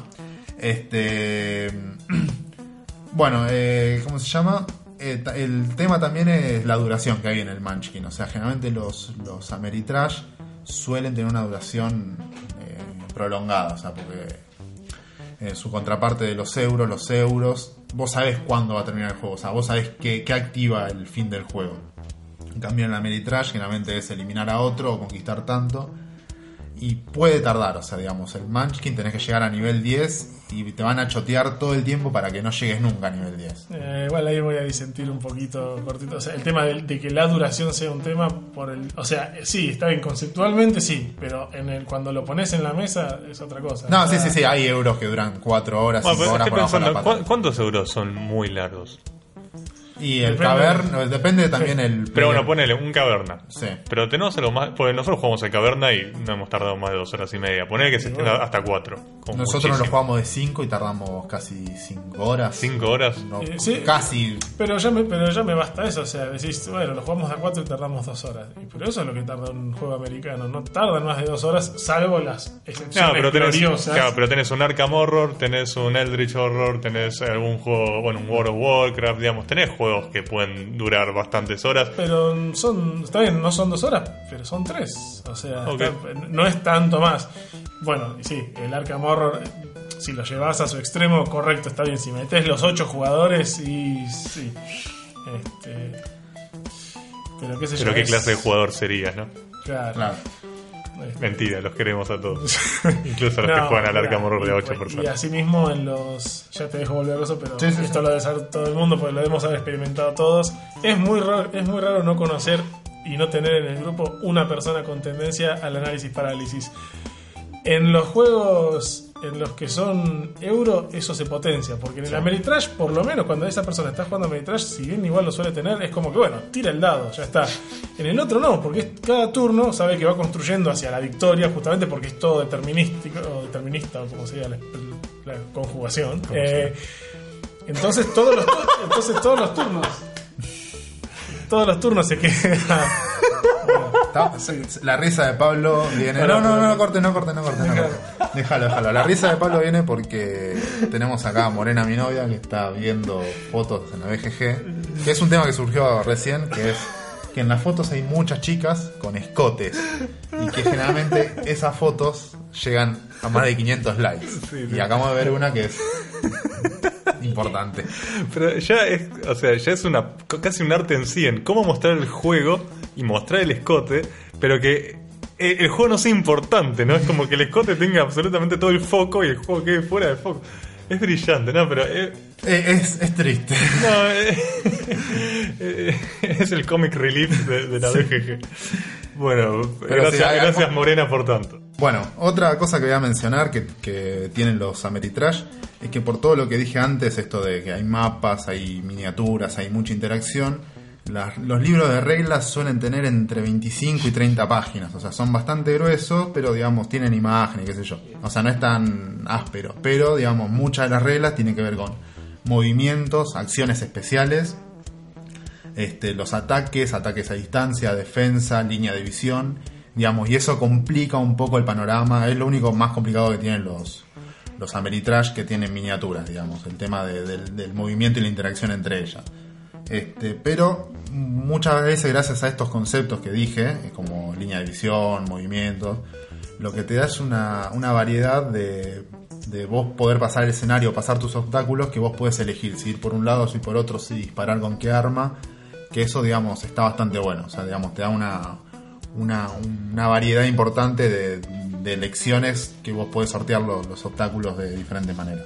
No. Bueno, ¿cómo se llama? El tema también es la duración que hay en el Munchkin. O sea, generalmente los Ameritrash suelen tener una duración prolongada. O sea, porque su contraparte de los euros, vos sabés cuándo va a terminar el juego. O sea, vos sabés qué activa el fin del juego. En cambio, en la Ameritrash generalmente es eliminar a otro o conquistar tanto. Y puede tardar, o sea, digamos, el Munchkin tenés que llegar a nivel 10 y te van a chotear todo el tiempo para que no llegues nunca a nivel 10. Igual ahí voy a disentir un poquito cortito. O sea, el tema de que la duración sea un tema o sea, sí, está bien, conceptualmente sí, pero cuando lo pones en la mesa es otra cosa. No, sí, hay euros que duran 4 horas, 5 horas. Estoy pensando, ¿cuántos euros son muy largos? Y el caverna, depende también el... Pero bueno, ponele un caverna. Sí. Pero tenemos algo más... Porque nosotros jugamos el caverna y no hemos tardado más de 2 horas y media. Ponele que se estén hasta 4. Nosotros nos lo jugamos de 5 y tardamos casi 5 horas. 5 horas. No, sí, casi. Pero ya me basta eso. O sea, decís, bueno, lo jugamos a 4 y tardamos 2 horas. Pero eso es lo que tarda un juego americano. No tardan más de 2 horas, salvo las excepciones gloriosas. Claro, pero tenés un Arkham Horror, tenés un Eldritch Horror, tenés algún juego, bueno, un World of Warcraft, digamos, tenés juegos que pueden durar bastantes horas. Pero está bien, no son 2 horas, pero son 3. O sea, no es tanto más. Bueno, sí, el Arkham Horror, si lo llevas a su extremo, correcto, está bien. Si metés los 8 jugadores y sí. Pero qué sé yo. Pero qué clase de jugador serías, ¿no? Claro. Mentira, los queremos a todos. Incluso a los que juegan al Arkham Horror de 8 personas. Y así mismo en los... Ya te dejo volver a eso, pero esto lo debe saber todo el mundo porque lo debemos haber experimentado todos. Es muy raro no conocer y no tener en el grupo una persona con tendencia al análisis parálisis. En los juegos en los que son euro, eso se potencia, porque en el Ameritrash, por lo menos cuando esa persona está jugando Ameritrash, si bien igual lo suele tener, es como que bueno, tira el dado, ya está. En el otro no, porque cada turno sabe que va construyendo hacia la victoria, justamente porque es todo determinista, o como sería la conjugación. Entonces todos los turnos se quedan. La risa de Pablo viene... No corte. Déjalo. La risa de Pablo viene porque tenemos acá a Morena, mi novia, que está viendo fotos en la BGG, que es un tema que surgió recién, que es que en las fotos hay muchas chicas con escotes y que generalmente esas fotos llegan a más de 500 likes. Sí. Y acabamos de ver una que es importante. Pero ya es casi un arte en sí en cómo mostrar el juego y mostrar el escote, pero que el juego no sea importante, ¿no? Es como que el escote tenga absolutamente todo el foco y el juego quede fuera de foco. Es brillante, ¿no? Pero es triste. No, es el comic relief de la BGG. Bueno, pero gracias Morena por tanto. Bueno, otra cosa que voy a mencionar que tienen los Ameritrash es que por todo lo que dije antes, esto de que hay mapas, hay miniaturas, hay mucha interacción, los libros de reglas suelen tener entre 25 y 30 páginas, o sea, son bastante gruesos, pero digamos, tienen imágenes, qué sé yo. O sea, no es tan áspero, pero digamos, muchas de las reglas tienen que ver con movimientos, acciones especiales, los ataques a distancia, defensa, línea de visión, digamos, y eso complica un poco el panorama. Es lo único más complicado que tienen los Ameritrash, que tienen miniaturas, digamos, el tema del movimiento y la interacción entre ellas. Pero muchas veces, gracias a estos conceptos que dije, como línea de visión, movimientos, lo que te da es una variedad de vos poder pasar el escenario, pasar tus obstáculos, que vos podés elegir si ir por un lado, si por otro, si disparar con qué arma, que eso, digamos, está bastante bueno. O sea, digamos, te da una variedad importante de elecciones que vos podés sortear los obstáculos de diferentes maneras.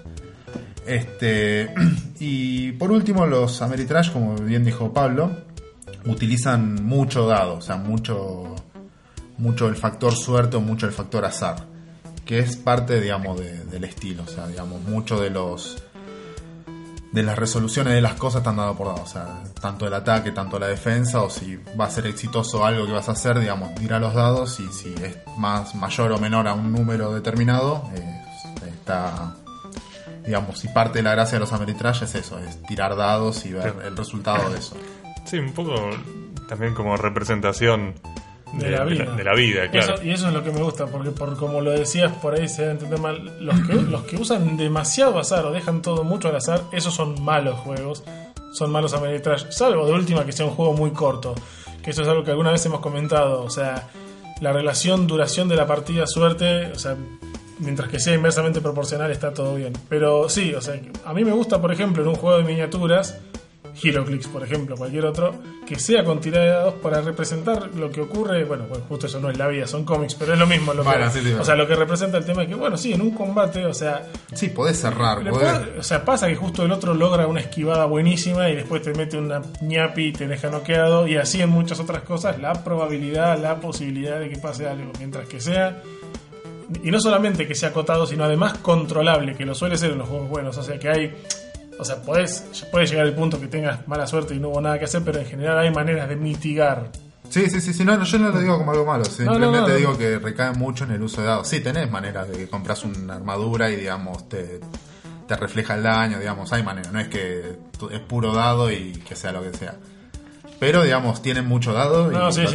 Y por último, los Ameritrash, como bien dijo Pablo, utilizan mucho dado, o sea, mucho mucho el factor suerte o mucho el factor azar, que es parte, digamos, del estilo. O sea, digamos, mucho de las resoluciones de las cosas están dadas por dados. O sea, tanto el ataque, tanto la defensa, o si va a ser exitoso algo que vas a hacer, digamos, tira los dados, y si es mayor o menor a un número determinado, está, digamos, y parte de la gracia de los Ameritrash es eso, es tirar dados y ver el resultado de eso. Sí, un poco también como representación de la vida, claro. Y eso es lo que me gusta, porque como lo decías, por ahí se va a entender mal. Los que usan demasiado azar o dejan todo mucho al azar, esos son malos juegos, son malos Ameritrash, salvo de última que sea un juego muy corto, que eso es algo que alguna vez hemos comentado. O sea, la relación duración de la partida suerte, o sea, mientras que sea inversamente proporcional está todo bien. Pero sí, o sea, a mí me gusta, por ejemplo, en un juego de miniaturas, HeroClix, por ejemplo, cualquier otro, que sea con tirada de dados para representar lo que ocurre. Bueno, justo eso no es la vida, son cómics, pero es lo mismo. O sea, lo que representa el tema es que, bueno, sí, en un combate, o sea... Sí, podés cerrar. O sea, pasa que justo el otro logra una esquivada buenísima y después te mete una ñapi y te deja noqueado, y así en muchas otras cosas, la probabilidad, la posibilidad de que pase algo, mientras que sea... Y no solamente que sea acotado, sino además controlable, que lo suele ser en los juegos buenos. O sea, que hay... O sea, puede llegar el punto que tengas mala suerte y no hubo nada que hacer, pero en general hay maneras de mitigar. Sí, no, yo no lo digo como algo malo, simplemente digo que recae mucho en el uso de dados. Sí, tenés maneras de que compras una armadura y, digamos, te refleja el daño, digamos, hay maneras, no es que es puro dado y que sea lo que sea. Pero, digamos, tienen mucho dado. No, sí,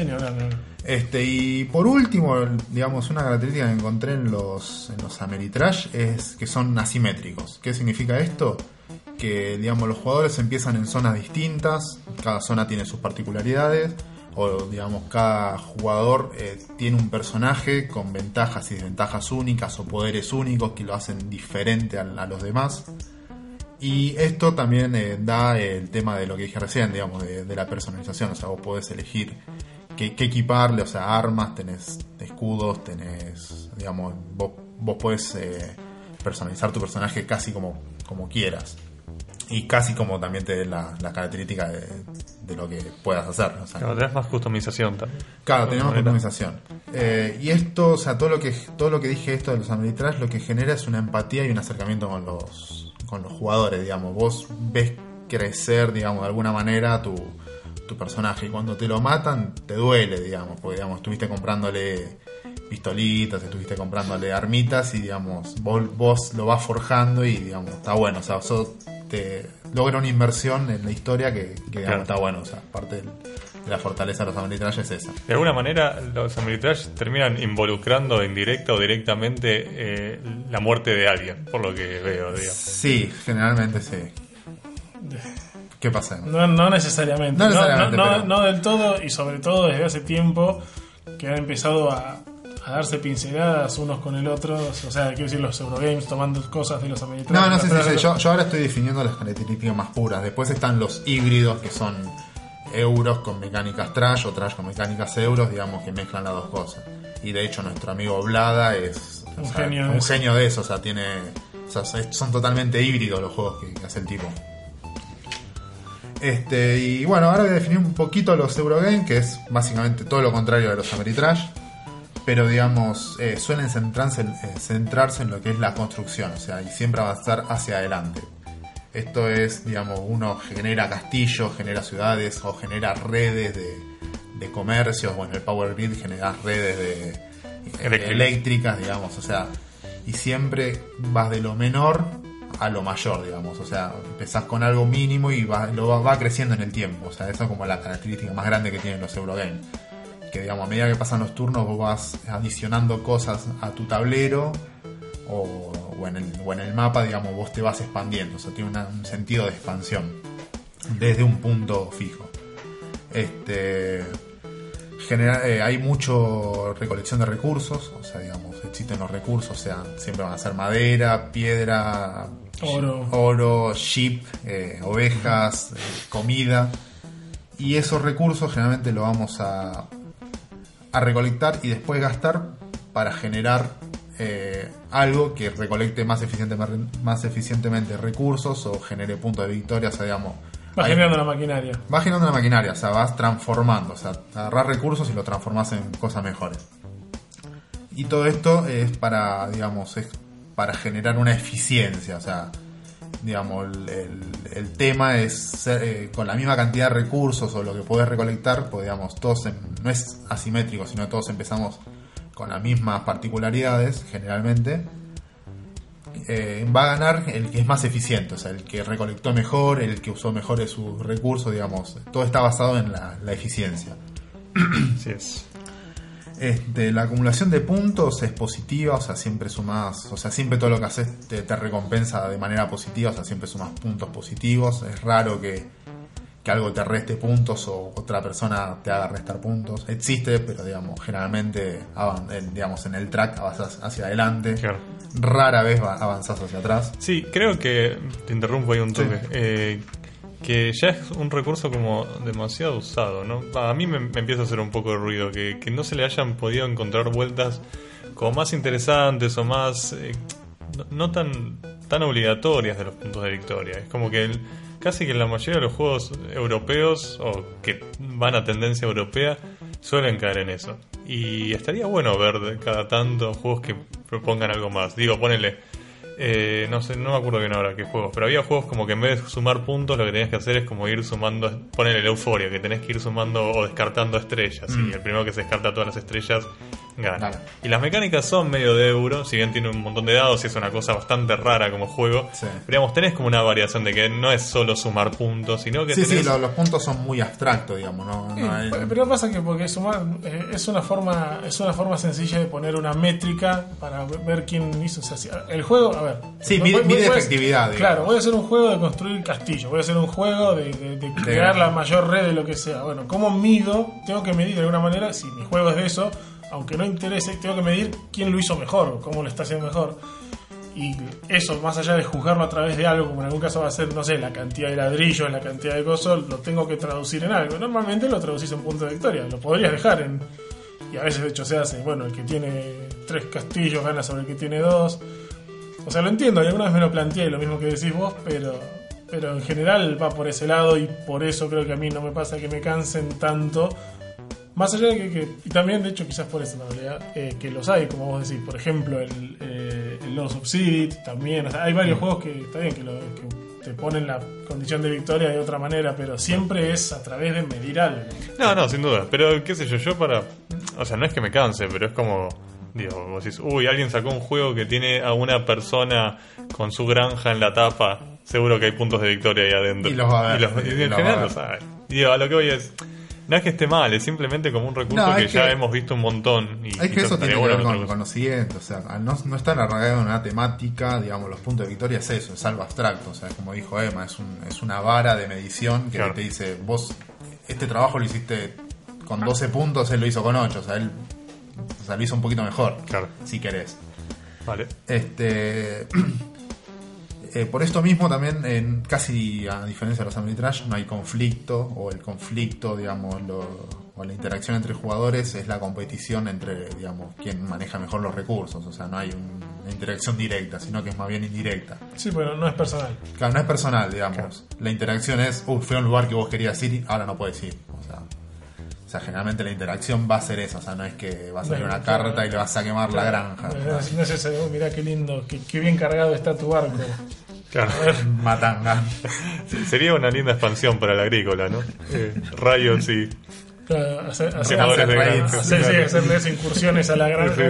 y por último, digamos, una característica que encontré en los Ameritrash es que son asimétricos. ¿Qué significa esto? Que, digamos, los jugadores empiezan en zonas distintas, cada zona tiene sus particularidades, o, digamos, cada jugador tiene un personaje con ventajas y desventajas únicas o poderes únicos que lo hacen diferente a los demás. Y esto también da el tema de lo que dije recién, digamos, de la personalización. O sea, vos podés elegir qué equiparle, o sea, armas, tenés escudos, tenés, digamos, vos podés personalizar tu personaje casi como quieras. Y casi como también te dé la característica de lo que puedas hacer. O sea, claro, tenés más customización también. Claro, tenés más customización. Y esto, o sea, todo lo que dije esto de los Ameritrash, lo que genera es una empatía y un acercamiento con los jugadores, digamos. Vos ves crecer, digamos, de alguna manera tu personaje, y cuando te lo matan te duele, digamos, porque, digamos, estuviste comprándole pistolitas, estuviste comprándole armitas y, digamos, vos lo vas forjando y, digamos, está bueno. O sea, eso te logra una inversión en la historia que digamos, claro, está bueno. O sea, parte de la fortaleza de los Ameritrash es esa. De alguna manera los Ameritrash terminan involucrando indirecta o directamente la muerte de alguien, por lo que veo, digamos. Sí, generalmente sí. ¿Qué pasa? No necesariamente. No del todo, y sobre todo desde hace tiempo que han empezado a darse pinceladas unos con el otro. O sea, quiero decir, los Eurogames tomando cosas de los Ameritrash. Sí. Yo ahora estoy definiendo las características más puras. Después están los híbridos, que son euros con mecánicas trash o trash con mecánicas euros, digamos, que mezclan las dos cosas. Y de hecho nuestro amigo Blada es un genio de eso. O sea, son totalmente híbridos los juegos que hace el tipo. Y bueno, ahora voy a definir un poquito los Eurogames, que es básicamente todo lo contrario de los Ameritrash, pero, digamos, suelen centrarse en lo que es la construcción, o sea, y siempre avanzar hacia adelante. Esto es, digamos, uno genera castillos, genera ciudades o genera redes de comercios, o en el Power Grid generas redes eléctricas, digamos, o sea, y siempre vas de lo menor a lo mayor, digamos, o sea, empezás con algo mínimo y va creciendo en el tiempo. O sea, eso es como la característica más grande que tienen los Eurogames, que, digamos, a medida que pasan los turnos vos vas adicionando cosas a tu tablero o en el mapa, digamos, vos te vas expandiendo. O sea, tiene un sentido de expansión desde un punto fijo. Hay mucho recolección de recursos, o sea, digamos, existen los recursos, o sea, siempre van a ser madera, piedra, oro, sheep, ovejas, comida, y esos recursos generalmente los vamos a recolectar y después gastar para generar algo que recolecte más eficientemente recursos o genere puntos de victoria. O sea, digamos, Va generando la maquinaria. Va generando la maquinaria, o sea, vas transformando, o sea, agarrás recursos y los transformás en cosas mejores. Y todo esto es para, digamos, es para generar una eficiencia, o sea, digamos, el tema es con la misma cantidad de recursos o lo que podés recolectar, pues digamos, no es asimétrico, sino todos empezamos con las mismas particularidades, generalmente. Va a ganar el que es más eficiente, o sea, el que recolectó mejor, el que usó mejor sus recursos, digamos, todo está basado en la eficiencia. Así es. La acumulación de puntos es positiva, o sea, siempre sumás, o sea, siempre todo lo que haces te recompensa de manera positiva, o sea, siempre sumas puntos positivos. Es raro que algo te reste puntos o otra persona te haga restar puntos. Existe, pero digamos, generalmente digamos, en el track avanzás hacia adelante. Claro. Rara vez avanzás hacia atrás. Sí, creo que te interrumpo ahí un toque. Sí. Que ya es un recurso como demasiado usado, ¿no? A mí me empieza a hacer un poco de ruido que no se le hayan podido encontrar vueltas como más interesantes o más no tan obligatorias de los puntos de victoria. Es como que casi que en la mayoría de los juegos europeos o que van a tendencia europea suelen caer en eso. Y estaría bueno ver cada tanto juegos que propongan algo más. Digo, ponele... no sé, no me acuerdo bien ahora qué juegos, pero había juegos como que en vez de sumar puntos lo que tenías que hacer es como ir sumando, poner el Euforia, que tenés que ir sumando o descartando estrellas, y el primero que se descarta todas las estrellas gana. Vale. Y las mecánicas son medio de euro, si bien tiene un montón de dados y es una cosa bastante rara como juego, sí. Pero digamos, tenés como una variación de que no es solo sumar puntos, sino que sí, los puntos son muy abstractos, digamos, ¿no? Sí, pero pasa que porque sumar es una forma sencilla de poner una métrica para ver quién hizo, o sea, el juego, a ver. Sí, mide efectividad. Digamos. Claro, voy a hacer un juego de construir castillos, voy a hacer un juego de crear la mayor red de lo que sea. Bueno, ¿cómo mido? Tengo que medir de alguna manera, si mi juego es de eso, aunque no interese, tengo que medir quién lo hizo mejor, cómo lo está haciendo mejor. Y eso, más allá de juzgarlo a través de algo, como en algún caso va a ser, no sé, la cantidad de ladrillos, la cantidad de cosas, lo tengo que traducir en algo. Normalmente lo traducís en punto de victoria, lo podrías dejar en... Y a veces de hecho se hace, bueno, el que tiene 3 castillos gana sobre el que tiene 2. O sea, lo entiendo, y alguna vez me lo planteé, lo mismo que decís vos, pero en general va por ese lado y por eso creo que a mí no me pasa que me cansen tanto. Más allá de que y también, de hecho, quizás por eso en realidad, que los hay, como vos decís, por ejemplo, el Lords of Xyzit también. O sea, hay varios juegos que está bien, que te ponen la condición de victoria de otra manera, pero siempre es a través de medir algo. No, sin duda, pero qué sé yo, o sea, no es que me canse, pero es como... Digo, vos decís, alguien sacó un juego que tiene a una persona con su granja en la tapa, seguro que hay puntos de victoria ahí adentro. Y los va a ver. Y en general los hay. Digo, a lo que voy es, no es que esté mal, es simplemente como un recurso que ya hemos visto un montón. Es que eso tiene que ver con lo siguiente, o sea, al no estar arraigado en una temática, digamos, los puntos de victoria es eso, es algo abstracto, o sea, como dijo Emma, es una vara de medición que te dice, vos, este trabajo lo hiciste con 12 puntos, él lo hizo con 8, o sea, lo hizo un poquito mejor, si querés. Vale. Por esto mismo también, casi a diferencia de los Ameritrash, no hay conflicto, o el conflicto, digamos, o la interacción entre jugadores es la competición entre, digamos, quién maneja mejor los recursos. O sea, no hay una interacción directa, sino que es más bien indirecta. Sí, pero no es personal. Claro, no es personal, digamos. Claro. La interacción es, fui a un lugar que vos querías ir, ahora no puedes ir. O sea, generalmente la interacción va a ser esa, o sea, no es que vas a salir una carta y le vas a quemar la granja. No es eso, mirá qué lindo, qué bien cargado está tu barco. Claro. Matanga. Sería una linda expansión para la agrícola, ¿no? Rayos y... Claro, hacerles incursiones a la granja.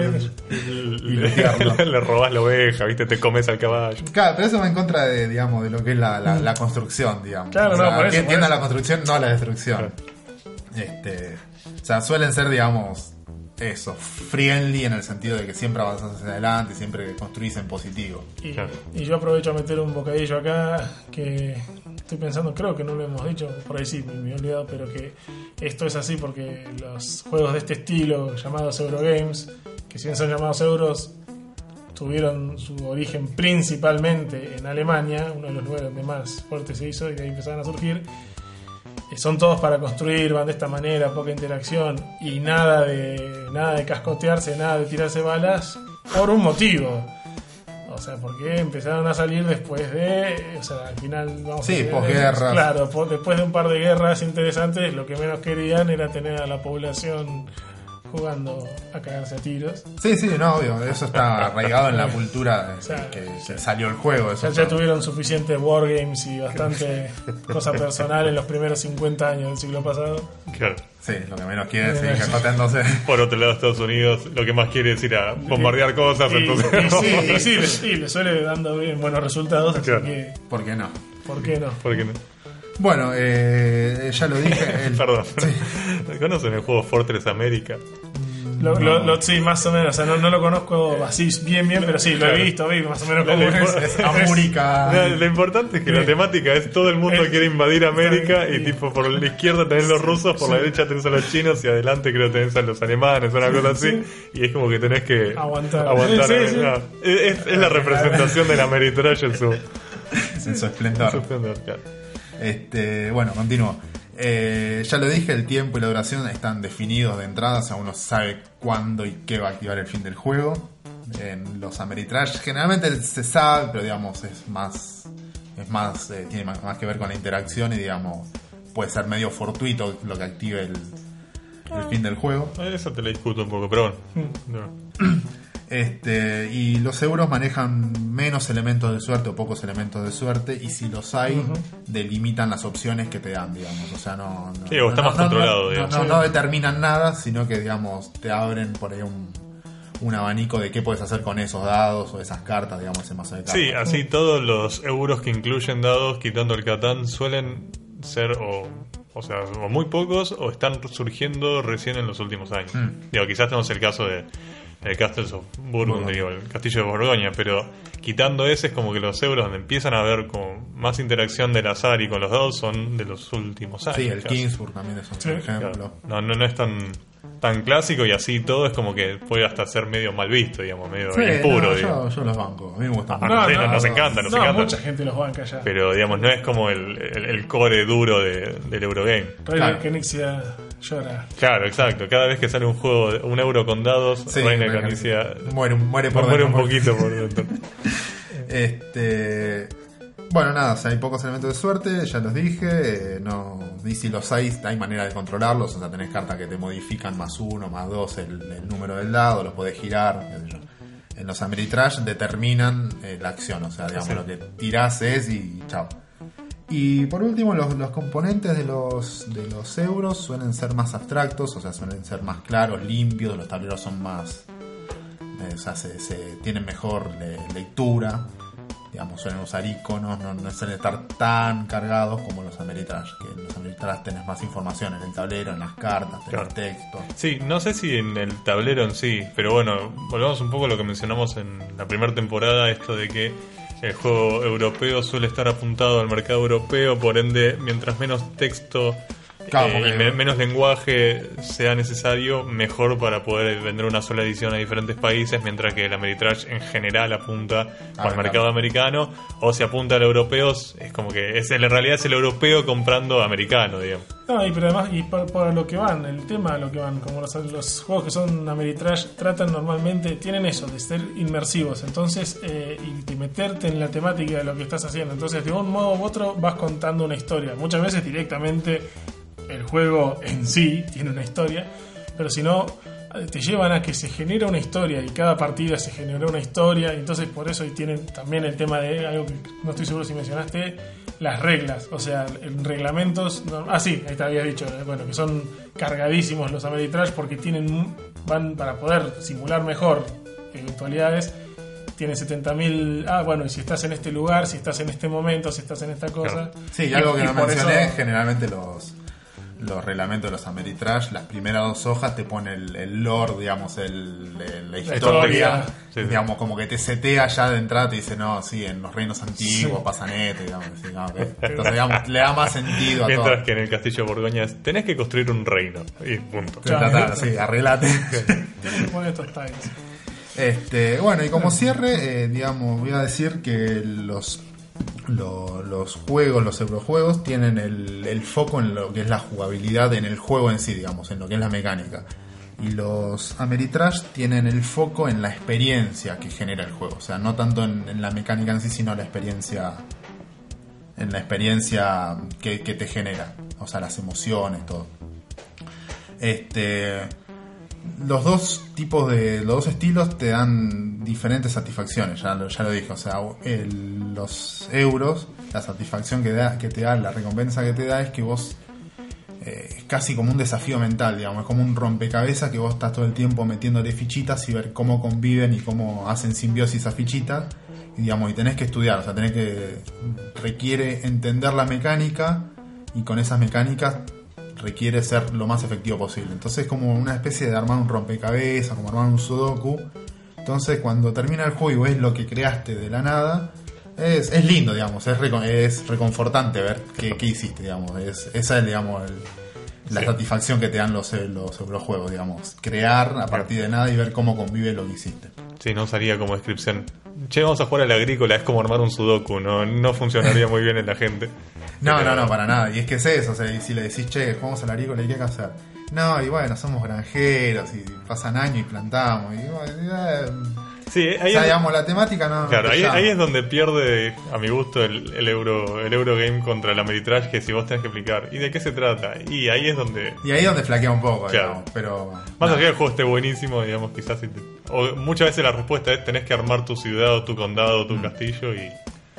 Le robás la oveja, ¿viste? Te comes al caballo. Claro, pero eso va en contra de, digamos, de lo que es la construcción, digamos. Claro, o sea, por eso, entienda la construcción, no la destrucción. Claro. O sea, suelen ser, digamos, eso, friendly en el sentido de que siempre avanzás hacia adelante, siempre construís en positivo. Y yo aprovecho a meter un bocadillo acá, que estoy pensando, creo que no lo hemos dicho, por ahí sí, me he olvidado, pero que esto es así porque los juegos de este estilo, llamados Eurogames, que si bien son llamados euros, tuvieron su origen principalmente en Alemania, uno de los lugares donde más fuerte se hizo, y de ahí empezaron a surgir. Son todos para construir, van de esta manera, poca interacción y nada de cascotearse, nada de tirarse balas por un motivo. O sea, porque empezaron a salir después de, o sea, al final vamos sí, posguerras. Claro, después de un par de guerras interesantes, lo que menos querían era tener a la población jugando a cagarse a tiros. Sí, no, obvio, eso está arraigado en la cultura que salió el juego. Eso ya tuvieron suficientes wargames y bastante cosa personal en los primeros 50 años del siglo pasado. Claro. Sí, lo que menos quiere es seguir cajoteándose. Por otro lado, Estados Unidos lo que más quiere es ir a bombardear cosas. Sí, le suele dando bien buenos resultados. Claro. Así que, ¿por qué no? ¿Por qué no? Bueno, ya lo dije. Perdón. Sí. ¿Conocen el juego Fortress America? Sí, más o menos. O sea, no lo conozco así bien, pero sí, lo he visto, más o menos como es América. Lo importante es que la temática es todo el mundo quiere invadir América y tipo por la izquierda tenés los rusos, por la derecha tenés a los chinos y adelante creo que tenés a los alemanes, una cosa así. Y es como que tenés que aguantar. Sí. No, es la representación de la Ameritrash en su esplendor. Claro. Bueno, continúo. Ya lo dije, el tiempo y la duración están definidos de entrada, o sea, uno sabe cuándo y qué va a activar el fin del juego. En los Ameritrash generalmente se sabe, pero digamos tiene más que ver con la interacción y digamos puede ser medio fortuito lo que active el fin del juego. Eso te lo discuto un poco, pero bueno. Y los euros manejan menos elementos de suerte o pocos elementos de suerte, y si los hay, delimitan las opciones que te dan, digamos. O sea, está más controlado, digamos. No determinan nada, sino que, digamos, te abren por ahí un abanico de qué puedes hacer con esos dados o esas cartas, digamos, ese mazo de cartas. Sí, así todos los euros que incluyen dados, quitando el Catán, suelen ser o muy pocos o están surgiendo recién en los últimos años. Digo, quizás tenemos el caso de el Castles of Burgundy, el castillo de Borgoña, pero quitando ese es como que los euros donde empiezan a haber como más interacción del azar y con los dados son de los últimos años. Sí, el Kingsburg también es otro ejemplo. Claro. No es tan clásico, y así todo es como que puede hasta ser medio mal visto, digamos, medio impuro. Yo los banco, a mí me gusta. Nos encanta. Mucha gente los banca ya. Pero digamos, no es como el core duro del Eurogame. Reina Kenixia llora. Claro, exacto. Cada vez que sale un juego, un euro con dados, Reina Kenixia muere un poquito por dentro. Bueno, nada, o sea, hay pocos elementos de suerte, ya los dije, y si los hay manera de controlarlos, o sea, tenés cartas que te modifican +1, +2 el número del dado, los podés girar, qué sé yo. En los Ameritrash determinan la acción, o sea, digamos, lo que tirás es y chao. Y por último, los componentes de los euros suelen ser más abstractos, o sea, suelen ser más claros, limpios, los tableros son más, o sea, se tienen mejor lectura. Digamos, suelen usar iconos, no suelen estar tan cargados como los Ameritrash, que en los Ameritrash tenés más información en el tablero, en las cartas, tenés texto. Sí, no sé si en el tablero en sí, pero bueno, volvamos un poco a lo que mencionamos en la primera temporada, esto de que el juego europeo suele estar apuntado al mercado europeo, por ende, mientras menos texto y menos lenguaje sea necesario, mejor para poder vender una sola edición a diferentes países, mientras que el Ameritrash en general apunta al mercado americano, o si apunta al europeo, es como que en realidad es el europeo comprando americano, digamos. No, pero además, y por lo que van, el tema a lo que van, como los juegos que son Ameritrash tratan normalmente, tienen eso, de ser inmersivos, entonces, y de meterte en la temática de lo que estás haciendo, entonces de un modo u otro vas contando una historia, muchas veces directamente el juego en sí tiene una historia, pero si no, te llevan a que se genera una historia y cada partida se genera una historia, y entonces por eso tienen también el tema de algo que no estoy seguro si mencionaste, las reglas, o sea, en reglamentos, sí, ahí te había dicho, bueno, que son cargadísimos los Ameritrash porque van para poder simular mejor eventualidades. Tiene 70.000. Bueno, y si estás en este lugar, si estás en este momento, si estás en esta cosa. Claro. Sí, y algo que no mencioné, generalmente los reglamentos de los Ameritrash, las primeras 2 hojas te pone el lore, digamos, la historia, digamos, como que te setea ya de entrada, te dice, no, sí, en los reinos antiguos pasan esto, digamos, sí, no, entonces, digamos, le da más sentido a todo. Mientras que en el castillo de Borgoña tenés que construir un reino, y punto. Sí, arreglate. Tienes que poner estos tiles. Bueno, y como cierre, digamos, voy a decir que los juegos, los eurojuegos, tienen el foco en lo que es la jugabilidad en el juego en sí, digamos, en lo que es la mecánica. Y los Ameritrash tienen el foco en la experiencia que genera el juego. O sea, no tanto en la mecánica en sí, sino la experiencia. En la experiencia que te genera. O sea, las emociones, todo. Los dos estilos te dan diferentes satisfacciones, ya lo dije. O sea, los euros, la satisfacción que te da, la recompensa que te da es que vos es casi como un desafío mental, digamos, es como un rompecabezas que vos estás todo el tiempo metiéndole fichitas y ver cómo conviven y cómo hacen simbiosis esas fichitas, y digamos, y tenés que estudiar, o sea, requiere entender la mecánica, y con esas mecánicas requiere ser lo más efectivo posible. Entonces es como una especie de armar un rompecabezas, como armar un sudoku. Entonces cuando termina el juego y ves lo que creaste de la nada, es lindo, digamos, es reconfortante ver qué hiciste, digamos. Esa es, digamos, la satisfacción que te dan los eurojuegos, digamos. Crear a partir de nada y ver cómo convive lo que hiciste. Sí, no usaría como descripción. Che, vamos a jugar al agrícola, es como armar un sudoku, no funcionaría muy bien en la gente. No, para nada. Y es que es eso, o sea, y si le decís, che, jugamos al agrícola, ¿y qué hay que hacer? No, y bueno, somos granjeros y pasan años y plantamos. Y bueno, sí, ahí digamos, la temática no. Claro, ahí es donde pierde, a mi gusto, el Eurogame contra el Ameritrash, que si vos tenés que explicar, ¿y de qué se trata? Y ahí es donde. Y ahí es donde flaquea un poco, claro. Digamos, pero. Más allá que el juego esté buenísimo, digamos, quizás. O muchas veces la respuesta es: tenés que armar tu ciudad, o tu condado, o tu castillo, y.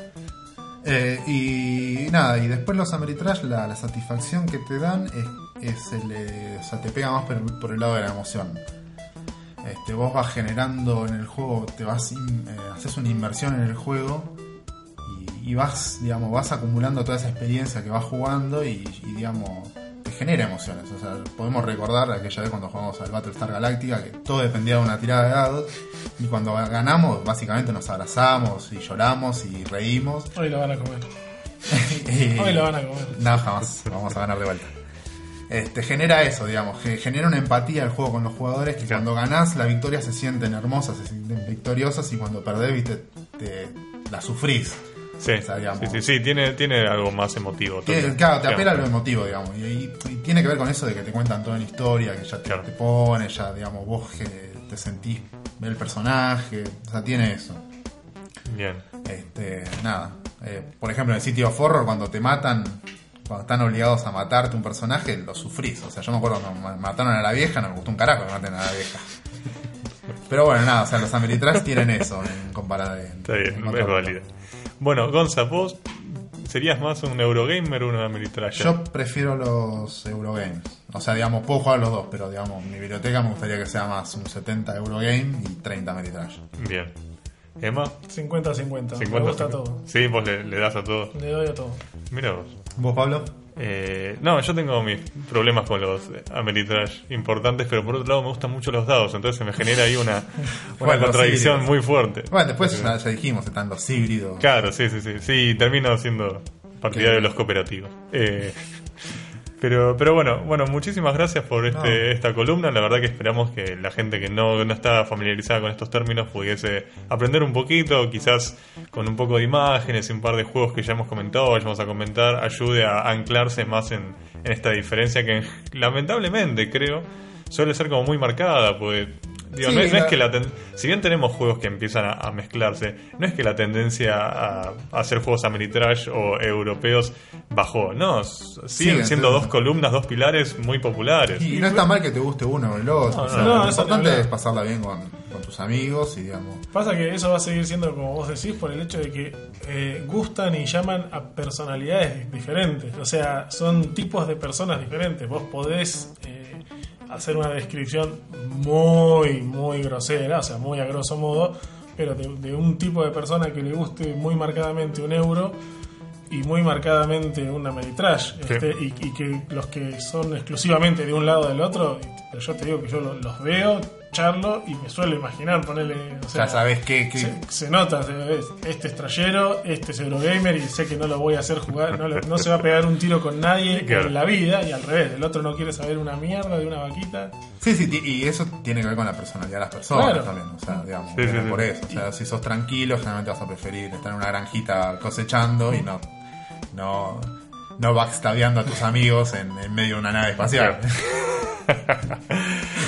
Y nada, y después los Ameritrash, la satisfacción que te dan o sea, te pega más por el lado de la emoción. Vos vas generando en el juego, haces una inversión en el juego y vas acumulando toda esa experiencia que vas jugando y digamos, te genera emociones. O sea, podemos recordar aquella vez cuando jugamos al Battlestar Galactica que todo dependía de una tirada de dados, y cuando ganamos básicamente nos abrazamos y lloramos y reímos. Hoy lo van a comer. Hoy lo van a comer. No, jamás, vamos a ganar de vuelta. Genera eso, digamos, genera una empatía el juego con los jugadores, que cuando ganás la victoria se sienten hermosas, se sienten victoriosas, y cuando perdés, viste, la sufrís. Sí, o sea, digamos, sí, tiene algo más emotivo. Claro, te apela a lo emotivo, digamos, y tiene que ver con eso de que te cuentan toda la historia, que ya te pone, ya, digamos, vos que te sentís ver el personaje, o sea, tiene eso. Bien. Nada, por ejemplo, en el City of Horror, cuando te matan, cuando están obligados a matarte un personaje, lo sufrís. O sea, yo me acuerdo cuando mataron a la vieja, no me gustó un carajo que maten a la vieja. Pero bueno, nada, o sea, los Ameritrash tienen eso en comparado. Está bien, es válido. Bueno, Gonza, vos serías más un Eurogamer o un Ameritrash. Yo prefiero los Eurogames. O sea, digamos, puedo jugar los dos, pero digamos, mi biblioteca me gustaría que sea más un 70 Eurogame y 30 Ameritrash. Bien. ¿Emma? 50-50. Me gusta todo. Sí, vos le das a todo. Le doy a todo. Mira vos. ¿Vos, Pablo? No, yo tengo mis problemas con los Ameritrash importantes, pero por otro lado me gustan mucho los dados, entonces se me genera ahí una contradicción muy fuerte. Bueno, después ya dijimos, están los híbridos. Claro, sí, termino siendo partidario de los cooperativos. Pero bueno, muchísimas gracias por esta columna. La verdad que esperamos que la gente que no está familiarizada con estos términos pudiese aprender un poquito, quizás con un poco de imágenes y un par de juegos que ya hemos comentado, vayamos a comentar, ayude a anclarse más en esta diferencia que lamentablemente creo suele ser como muy marcada, pues. Digo, sí, no es que si bien tenemos juegos que empiezan a mezclarse, no es que la tendencia a hacer juegos Ameritrash o europeos bajó, no, siguen siendo dos columnas, dos pilares muy populares. Y no está mal que te guste uno o el otro. Lo importante es pasarla bien con tus amigos y digamos. Pasa que eso va a seguir siendo, como vos decís, por el hecho de que gustan y llaman a personalidades diferentes. O sea, son tipos de personas diferentes. Vos podés hacer una descripción muy, muy grosera, o sea, muy a grosso modo, pero de un tipo de persona que le guste muy marcadamente un euro y muy marcadamente un Ameritrash, y que los que son exclusivamente de un lado del otro, pero yo te digo que yo los veo, charlo y me suelo imaginar, ponerle, o sea, ya sabes que se nota, este es trayero, este es Eurogamer, y sé que no lo voy a hacer jugar, no se va a pegar un tiro con nadie en la vida, y al revés, el otro no quiere saber una mierda de una vaquita. Sí, y eso tiene que ver con la personalidad de las personas también, o sea, digamos, por eso, o sea, si sos tranquilo, generalmente vas a preferir estar en una granjita cosechando y no backstabeando a tus amigos en medio de una nave espacial.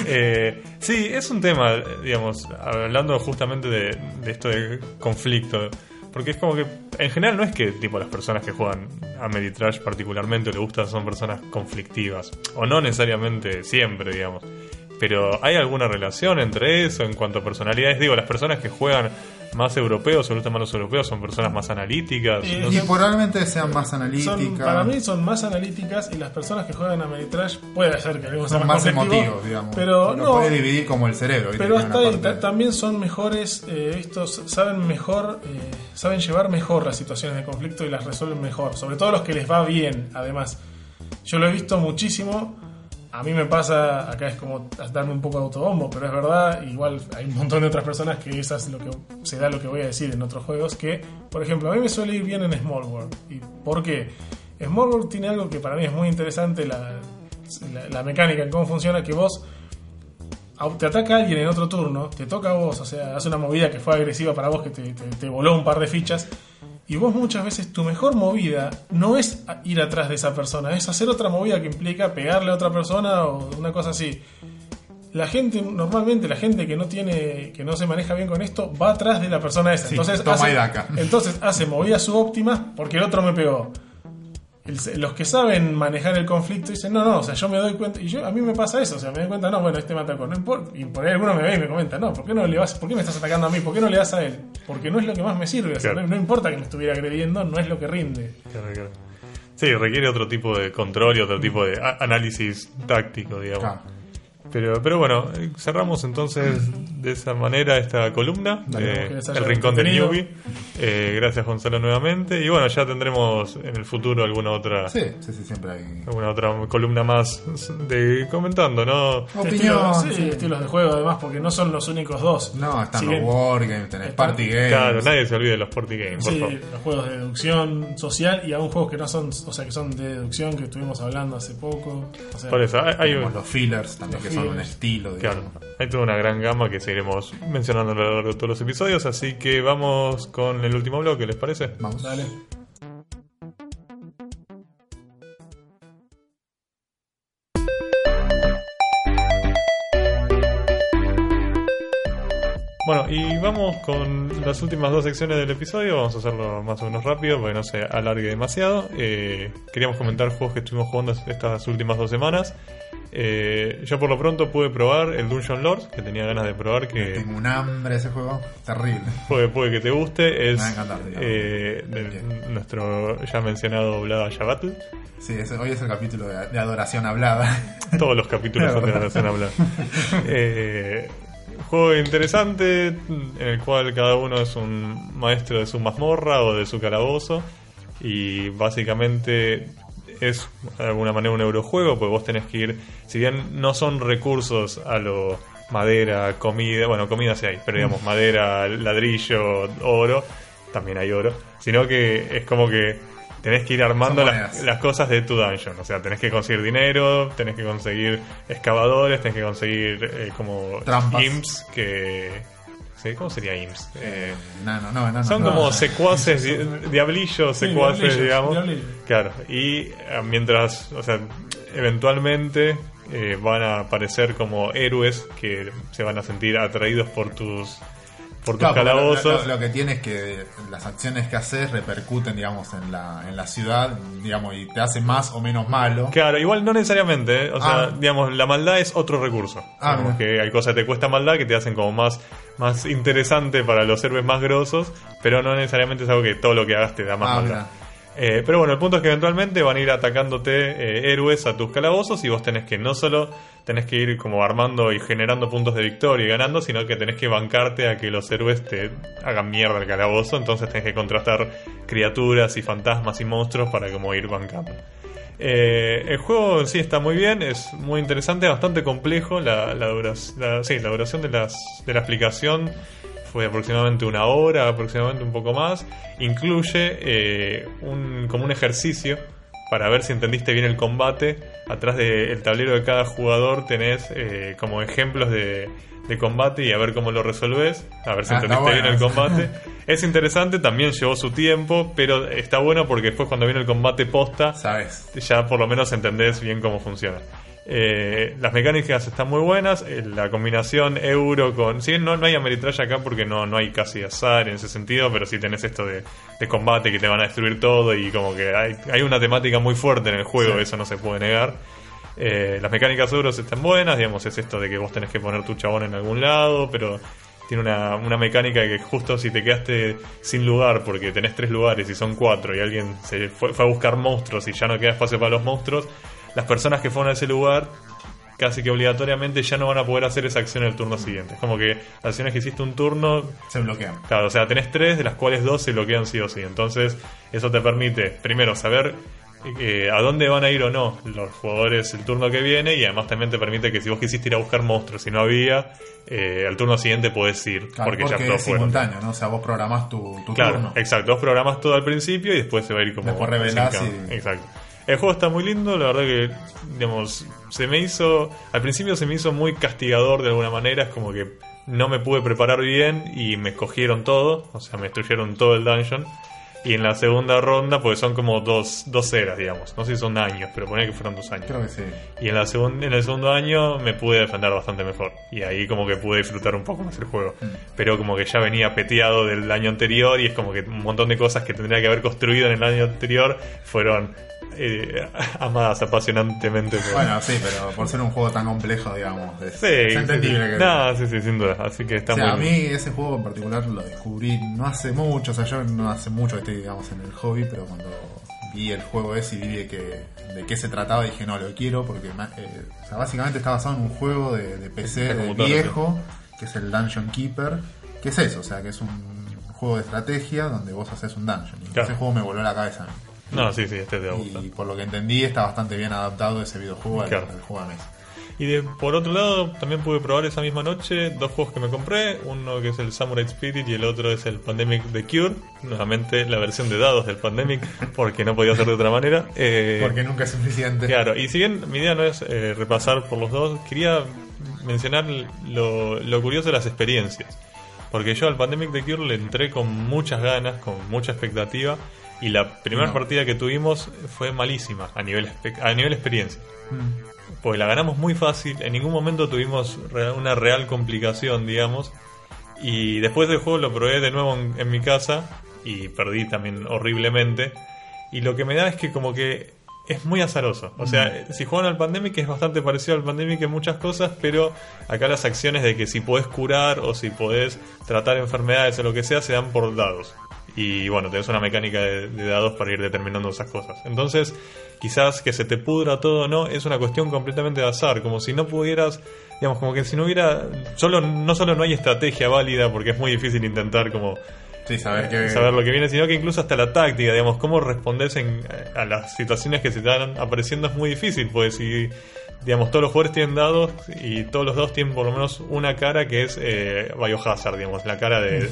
Sí, es un tema, digamos, hablando justamente de esto de conflicto. Porque es como que, en general, no es que tipo las personas que juegan a Ameritrash particularmente o les gustan son personas conflictivas. O no necesariamente siempre, digamos. Pero ¿hay alguna relación entre eso en cuanto a personalidades? Digo, las personas que juegan más europeos o gustan más los europeos son personas más analíticas. No sé. Y probablemente sean más analíticas. Para mí son más analíticas, y las personas que juegan a Ameritrash puede ser que algunos son más emotivos, digamos. Pero lo puede dividir como el cerebro. Pero hasta ahí también son mejores, estos saben mejor, saben llevar mejor las situaciones de conflicto y las resuelven mejor. Sobre todo los que les va bien, además. Yo lo he visto muchísimo. A mí me pasa, acá es como darme un poco de autobombo, pero es verdad, igual hay un montón de otras personas que eso es lo que se da lo que voy a decir en otros juegos, que, por ejemplo, a mí me suele ir bien en Small World. ¿Y por qué? Small World tiene algo que para mí es muy interesante, la mecánica en cómo funciona, que vos te ataca alguien en otro turno, te toca a vos, o sea, hace una movida que fue agresiva para vos, que te voló un par de fichas. Y vos muchas veces tu mejor movida no es ir atrás de esa persona, es hacer otra movida que implica pegarle a otra persona o una cosa así. Normalmente la gente que no se maneja bien con esto, va atrás de la persona esa. Sí, entonces hace movidas subóptimas porque el otro me pegó. Los que saben manejar el conflicto dicen, no, o sea, yo me doy cuenta, y a mí me pasa eso, o sea, me doy cuenta, no, bueno, este me atacó, no importa, y por ahí alguno me ve y me comenta, no, ¿por qué me estás atacando a mí? ¿Por qué no le das a él? Porque no es lo que más me sirve, claro. O sea, no importa que me estuviera agrediendo, no es lo que rinde. Claro. Sí, requiere otro tipo de control y otro tipo de análisis táctico, digamos. Claro. Pero bueno, cerramos entonces de esa manera esta columna, el Rincón del Newbie. Gracias, Gonzalo, nuevamente. Y bueno, ya tendremos en el futuro alguna otra siempre hay alguna otra columna más de comentando, ¿no? Opinión, estilos de juego, además, porque no son los únicos dos. No, están los wargames, tenés party games. Claro, nadie se olvide de los party games, por favor. Los juegos de deducción social y aún juegos que no son, o sea, que son de deducción, que estuvimos hablando hace poco. O sea, por eso, hay los fillers también, que son un estilo, digamos. Claro, hay toda una gran gama que seguiremos mencionando a lo largo de todos los episodios, así que vamos con el último bloque, ¿les parece? Vamos. Dale. Bueno, y vamos con las últimas dos secciones del episodio. Vamos a hacerlo más o menos rápido para que no se alargue demasiado. Queríamos comentar juegos que estuvimos jugando estas últimas 2 semanas. Yo por lo pronto pude probar el Dungeon Lords, que tenía ganas de probar. Tengo un hambre ese juego, terrible. Puede que te guste. Es me va a encantar, de nuestro ya mencionado Vlada Yabatl. Sí, hoy es el capítulo de adoración hablada. Todos los capítulos son de adoración hablada. Juego interesante en el cual cada uno es un maestro de su mazmorra o de su calabozo, y básicamente es de alguna manera un eurojuego, porque vos tenés que ir, si bien no son recursos a lo madera, comida, bueno, comida sí hay, pero digamos madera, ladrillo, oro, también hay oro, sino que es como que tenés que ir armando las cosas de tu dungeon. O sea, tenés que conseguir dinero, tenés que conseguir excavadores, tenés que conseguir como trampas. Imps, que... ¿Sí? ¿Cómo sería Imps? No. Son como secuaces, diablillos, secuaces, digamos. Diablillo. Claro, y mientras, o sea, eventualmente van a aparecer como héroes que se van a sentir atraídos por tus calabozos. Lo que tiene es que las acciones que haces repercuten, digamos, en la ciudad, digamos, y te hace más o menos malo. Claro, igual no necesariamente, o sea, digamos, la maldad es otro recurso. Digamos que hay cosas que te cuesta maldad que te hacen como más interesante para los héroes más grosos, pero no necesariamente es algo que todo lo que hagas te da más maldad. Pero bueno, el punto es que eventualmente van a ir atacándote héroes a tus calabozos, y vos tenés que no solo tenés que ir como armando y generando puntos de victoria y ganando, sino que tenés que bancarte a que los héroes te hagan mierda el calabozo. Entonces tenés que contrastar criaturas y fantasmas y monstruos para como ir bancando. El juego en sí está muy bien, es muy interesante, bastante complejo. La duración de la explicación fue aproximadamente 1 hora, aproximadamente un poco más. Incluye como un ejercicio para ver si entendiste bien el combate. Atrás del tablero de cada jugador tenés como ejemplos de combate, y a ver cómo lo resolvés, a ver si entendiste bien el combate. Es interesante, también llevó su tiempo, pero está bueno porque después cuando viene el combate posta, sabes, ya por lo menos entendés bien cómo funciona. Las mecánicas están muy buenas. La combinación euro con... Si bien no hay Ameritrash acá porque no hay casi azar en ese sentido, pero sí tenés esto de combate que te van a destruir todo y como que hay una temática muy fuerte en el juego, eso no se puede negar. Las mecánicas euros están buenas, digamos, es esto de que vos tenés que poner tu chabón en algún lado, pero tiene una mecánica que justo si te quedaste sin lugar porque tenés 3 lugares y son 4 y alguien se fue a buscar monstruos y ya no queda espacio para los monstruos, las personas que fueron a ese lugar casi que obligatoriamente ya no van a poder hacer esa acción el turno siguiente. Es como que las acciones que hiciste un turno se bloquean. Claro, o sea, tenés 3 de las cuales 2 se bloquean sí o sí. Entonces eso te permite primero saber a dónde van a ir o no los jugadores el turno que viene, y además también te permite que si vos quisiste ir a buscar monstruos y no había, al turno siguiente podés ir, claro, porque ya es simultáneo, ¿no? O sea, vos programás tu turno. Exacto, vos programás todo al principio y después se va a ir como... Después revelás Exacto. El juego está muy lindo, la verdad que, digamos, al principio se me hizo muy castigador de alguna manera, es como que no me pude preparar bien y me escogieron todo, o sea, me destruyeron todo el dungeon. Y en la segunda ronda, pues son como dos eras, digamos. No sé si son años, pero ponía que fueron 2 años. Creo que sí. Y en el segundo año me pude defender bastante mejor. Y ahí como que pude disfrutar un poco más el juego. Pero como que ya venía peteado del año anterior y es como que un montón de cosas que tendría que haber construido en el año anterior fueron amadas apasionantemente. Bueno, sí, pero por ser un juego tan complejo, digamos, es entendible. Sí, sin duda. Así que está muy a mí ese juego en particular lo descubrí no hace mucho. O sea, yo no hace mucho que estoy, digamos, en el hobby, pero cuando vi el juego ese y vi de qué se trataba, dije, no, lo quiero porque o sea, básicamente está basado en un juego de PC viejo, que es el Dungeon Keeper, que es eso, o sea, que es un juego de estrategia donde vos haces un dungeon. Y ese juego me voló la cabeza a mí. No, sí, este te va a gustar. Y por lo que entendí está bastante bien adaptado ese videojuego al juego de mesa. Y por otro lado, también pude probar esa misma noche 2 juegos que me compré. Uno que es el Samurai Spirit y el otro es el Pandemic The Cure. Nuevamente la versión de dados del Pandemic, porque no podía ser de otra manera. Porque nunca es suficiente. Claro, y si bien mi idea no es repasar por los dos, quería mencionar lo curioso de las experiencias. Porque yo al Pandemic The Cure le entré con muchas ganas, con mucha expectativa. Y la primera partida que tuvimos fue malísima a nivel experiencia. Porque la ganamos muy fácil, en ningún momento tuvimos una real complicación, digamos. Y después del juego lo probé de nuevo en mi casa y perdí también horriblemente. Y lo que me da es que como que es muy azaroso. O sea, si juegan al Pandemic es bastante parecido al Pandemic en muchas cosas, pero acá las acciones de que si podés curar o si podés tratar enfermedades o lo que sea se dan por dados. Y bueno, tenés una mecánica de dados para ir determinando esas cosas. Entonces, quizás que se te pudra todo o no, es una cuestión completamente de azar. Como si no pudieras, digamos, como que si no hubiera... No solo no hay estrategia válida, porque es muy difícil intentar como... Sí, saber lo que viene, sino que incluso hasta la táctica, digamos, cómo respondés a las situaciones que se te van apareciendo es muy difícil, pues si... Digamos, todos los jugadores tienen dados y todos los dados tienen por lo menos una cara que es Biohazard, digamos, la cara de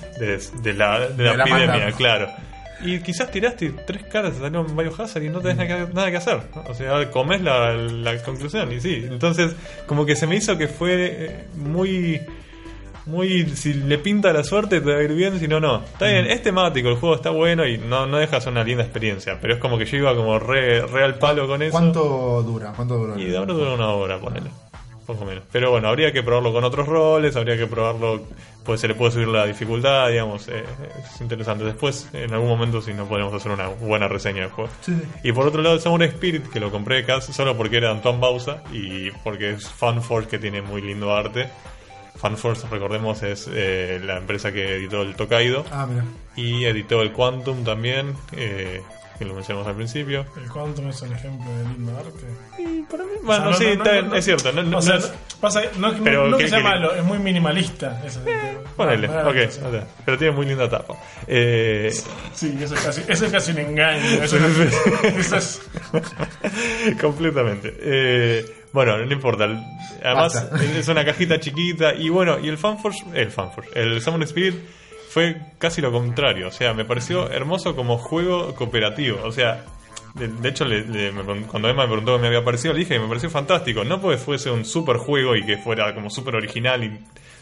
la epidemia, claro. Y quizás tiraste 3 caras de salieron Biohazard y no tenés nada que hacer, ¿no? O sea, comés la conclusión y sí. Entonces, como que se me hizo que fue muy... si le pinta la suerte te va a ir bien, si no, no. Está bien, es temático, el juego está bueno y no deja ser una linda experiencia, pero es como que yo iba como re al palo con eso. ¿Cuánto dura? Y ahora dura 1 hora, ponele. Poco menos. Pero bueno, habría que probarlo con otros roles, habría que probarlo, pues se le puede subir la dificultad, digamos, es interesante. Después, en algún momento, si no podemos hacer una buena reseña del juego. Sí. Y por otro lado, el Samurai Spirit, que lo compré casi solo porque era Antoine Bauza y porque es FunForge, que tiene muy lindo arte. FunForce, recordemos, es la empresa que editó el Tokaido. Mira. Y editó el Quantum también, que lo mencionamos al principio. El Quantum es un ejemplo de lindo arte. Y para mí, bueno, sí, es cierto. No que sea malo, es muy minimalista. Ponele, ok. Pero tiene muy linda tapa. Sí, eso es casi un engaño. Eso es... Completamente. Bueno, no importa. Además, es una cajita chiquita. Y bueno, y el Samurai Spirit fue casi lo contrario. O sea, me pareció hermoso como juego cooperativo. O sea, de hecho, cuando Emma me preguntó qué me había parecido, le dije que me pareció fantástico. No porque fuese un super juego y que fuera como super original y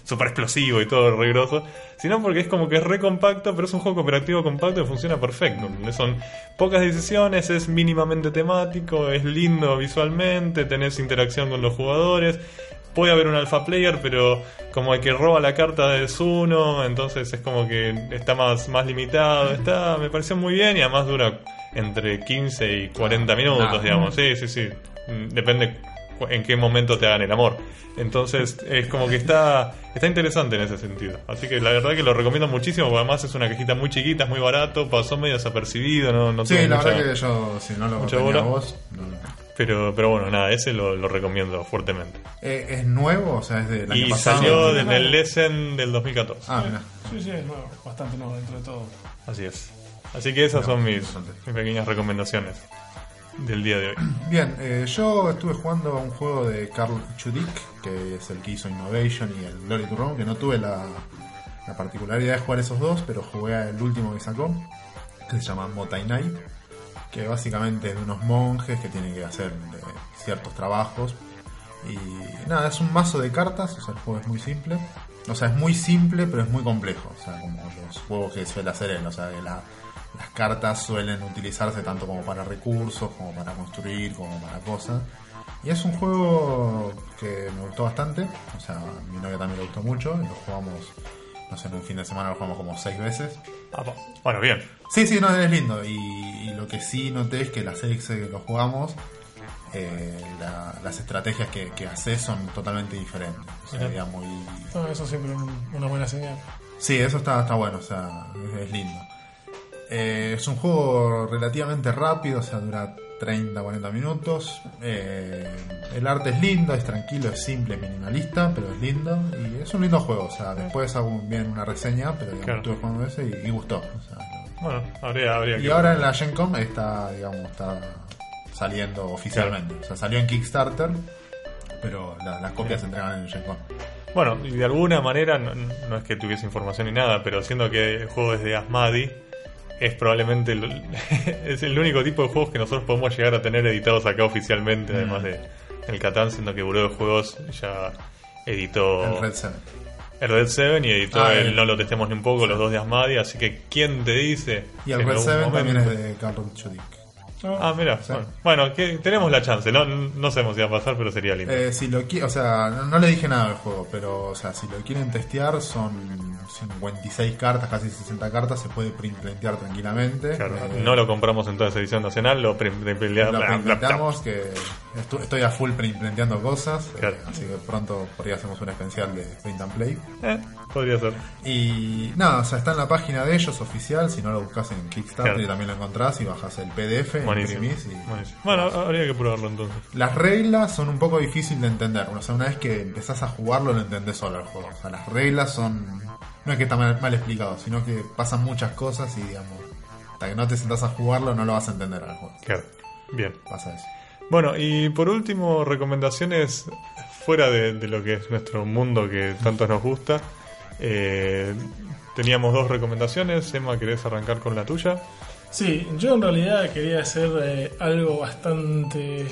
súper explosivo y todo re grosso, sino porque es como que es re compacto, pero es un juego cooperativo compacto y funciona perfecto. Son pocas decisiones, es mínimamente temático, es lindo visualmente, tenés interacción con los jugadores. Puede haber un alpha player, pero como el que roba la carta es uno, entonces es como que está más limitado. Me pareció muy bien y además dura entre 15 y 40 minutos, digamos. Sí. Depende en qué momento te hagan el amor. Entonces es como que está interesante en ese sentido. Así que la verdad que lo recomiendo muchísimo, porque además es una cajita muy chiquita, es muy barato, pasó medio desapercibido. No sí, la verdad que yo, si no lo tenía vos... Pero bueno, nada, ese lo recomiendo fuertemente. ¿Es nuevo? O sea, es del año pasado. Y salió desde el Essen del 2014. Mira. Sí, es nuevo, bastante nuevo dentro de todo. Así es. Así que esas son mis pequeñas recomendaciones del día de hoy. Bien, yo estuve jugando a un juego de Carl Chudik, que es el que hizo Innovation y el Glory to Rome, que no tuve la particularidad de jugar esos dos, pero jugué al último que sacó, que se llama Motainai, que básicamente es de unos monjes que tienen que hacer ciertos trabajos. Y nada, es un mazo de cartas, o sea, el juego es muy simple. O sea, es muy simple, pero es muy complejo. O sea, como los juegos que suele hacer él. O sea, que las cartas suelen utilizarse tanto como para recursos, como para construir, como para cosas. Y es un juego que me gustó bastante. O sea, a mi novia también le gustó mucho. Y lo jugamos, no sé, en un fin de semana lo jugamos como 6 veces. Bueno, bien. Sí, no, es lindo. Y lo que sí noté es que las 6 que lo jugamos, las estrategias que haces son totalmente diferentes. O sea, muy... eso siempre es una buena señal. Sí, eso está bueno, o sea, es lindo. Es un juego relativamente rápido, o sea, dura 30-40 minutos. El arte es lindo, es tranquilo, es simple, minimalista, pero es lindo. Y es un lindo juego, o sea, después hago bien una reseña, pero digamos, estuve jugando ese y gustó. O sea, bueno, habría y ahora en la Gen Con está saliendo oficialmente. O sea, salió en Kickstarter, pero las copias se entregan en Gen Con. Bueno, y de alguna manera, no es que tuviese información ni nada, pero siendo que el juego es de Asmadi, es probablemente es el único tipo de juegos que nosotros podemos llegar a tener editados acá oficialmente, además de el Catán, siendo que Buró de Juegos ya editó el Red 7. El Red 7 y editó el No lo testemos ni un poco, los dos de Asmadi, así que ¿quién te dice? Y el Red 7 también es de Carl Chudik. Mira, sí. Bueno, que tenemos la chance, no sabemos si va a pasar, pero sería lindo. Si lo o sea, no le dije nada del juego, pero o sea, si lo quieren testear, son 56 cartas, casi 60 cartas, se puede printplentear tranquilamente. Claro, no lo compramos en toda esa edición nacional, lo printplenteamos, que estoy a full printplenteando cosas, claro. Así que pronto por ahí hacemos un especial de Print and Play. Podría ser. Y nada, o sea, está en la página de ellos oficial, si no lo buscas en Kickstarter, claro. Y también lo encontrás y bajás el PDF. Buenísimo. Bueno, habría que probarlo entonces. Las reglas son un poco difíciles de entender. O sea, una vez que empezás a jugarlo, lo entendés solo el juego. O sea, las reglas son... No es que está mal explicado, sino que pasan muchas cosas y, digamos, hasta que no te sentás a jugarlo, no lo vas a entender al juego. Claro, bien. Pasa eso. Bueno, y por último, recomendaciones fuera de lo que es nuestro mundo que tanto nos gusta. Teníamos 2 recomendaciones. Emma, ¿querés arrancar con la tuya? Sí, yo en realidad quería hacer algo bastante...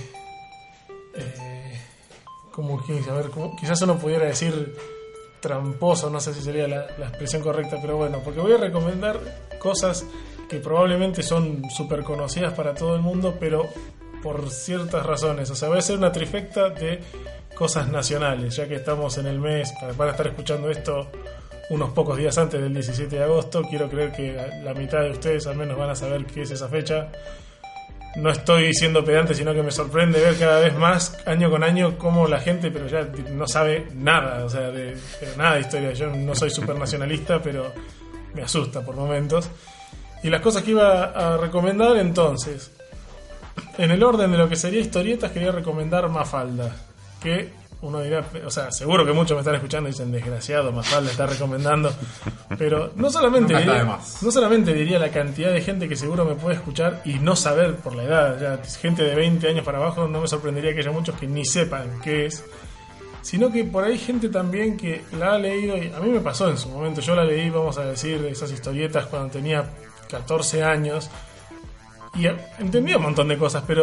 quizás uno pudiera decir tramposo, no sé si sería la expresión correcta, pero bueno, porque voy a recomendar cosas que probablemente son súper conocidas para todo el mundo, pero por ciertas razones. O sea, voy a hacer una trifecta de cosas nacionales, ya que estamos en el mes, para estar escuchando esto unos pocos días antes del 17 de agosto. Quiero creer que la mitad de ustedes al menos van a saber qué es esa fecha. No estoy siendo pedante, sino que me sorprende ver cada vez más, año con año, cómo la gente, pero ya no sabe nada, o sea, nada de historia. Yo no soy súper nacionalista, pero me asusta por momentos. Y las cosas que iba a recomendar entonces, en el orden de lo que sería historietas, quería recomendar Mafalda, que uno dirá, o sea, seguro que muchos me están escuchando y dicen, desgraciado, Mafalda está recomendando, pero no solamente diría la cantidad de gente que seguro me puede escuchar y no saber por la edad, ya gente de 20 años para abajo, no me sorprendería que haya muchos que ni sepan qué es, sino que por ahí gente también que la ha leído, y a mí me pasó en su momento, yo la leí, vamos a decir, esas historietas cuando tenía 14 años y entendía un montón de cosas, pero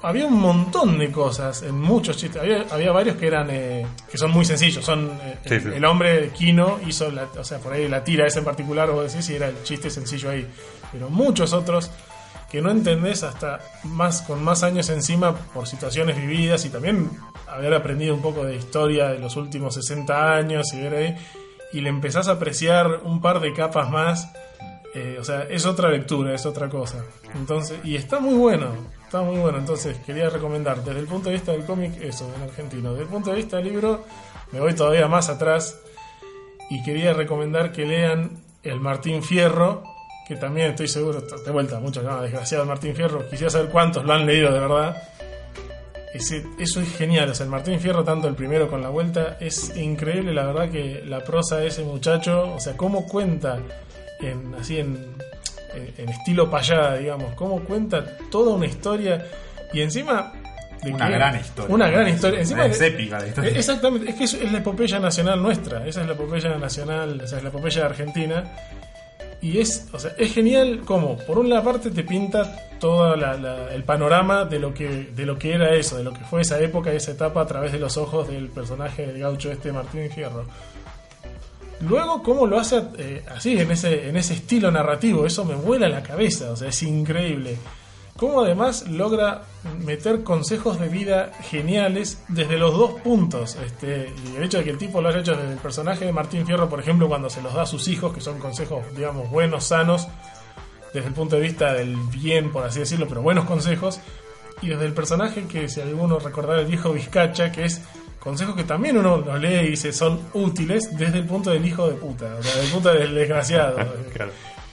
había un montón de cosas en muchos chistes. Había varios que eran que son muy sencillos. Son el hombre Kino hizo o sea, por ahí la tira esa en particular, vos decís, y era el chiste sencillo ahí. Pero muchos otros que no entendés hasta con más años encima por situaciones vividas y también haber aprendido un poco de historia de los últimos 60 años y ver ahí, y le empezás a apreciar un par de capas más. O sea, es otra lectura, es otra cosa. Entonces, y está muy bueno. Entonces quería recomendar desde el punto de vista del cómic eso, en argentino. Desde el punto de vista del libro me voy todavía más atrás y quería recomendar que lean el Martín Fierro, que también estoy seguro, de vuelta, muchos desgraciado Martín Fierro, quisiera saber cuántos lo han leído de verdad. Eso es genial, o sea, el Martín Fierro, tanto el primero con la vuelta, es increíble, la verdad, que la prosa de ese muchacho, o sea, cómo cuenta en estilo payada, digamos, cómo cuenta toda una historia y encima una gran historia. Encima es épica la historia. Exactamente, es que es la epopeya nacional nuestra, esa es la epopeya nacional, esa es la epopeya de Argentina. Y es genial como, por una parte, te pinta todo el panorama de lo que era eso, de lo que fue esa época, esa etapa, a través de los ojos del personaje del gaucho Martín Fierro. Luego, cómo lo hace así, en ese estilo narrativo, eso me vuela la cabeza, o sea, es increíble. Cómo además logra meter consejos de vida geniales desde los dos puntos. Y el hecho de que el tipo lo haya hecho desde el personaje de Martín Fierro, por ejemplo, cuando se los da a sus hijos, que son consejos, digamos, buenos, sanos, desde el punto de vista del bien, por así decirlo, pero buenos consejos. Y desde el personaje que, si alguno recordará, el viejo Vizcacha, que es consejos que también uno los lee y dice son útiles desde el punto del hijo de puta, o sea, desde el punto del desgraciado. Claro.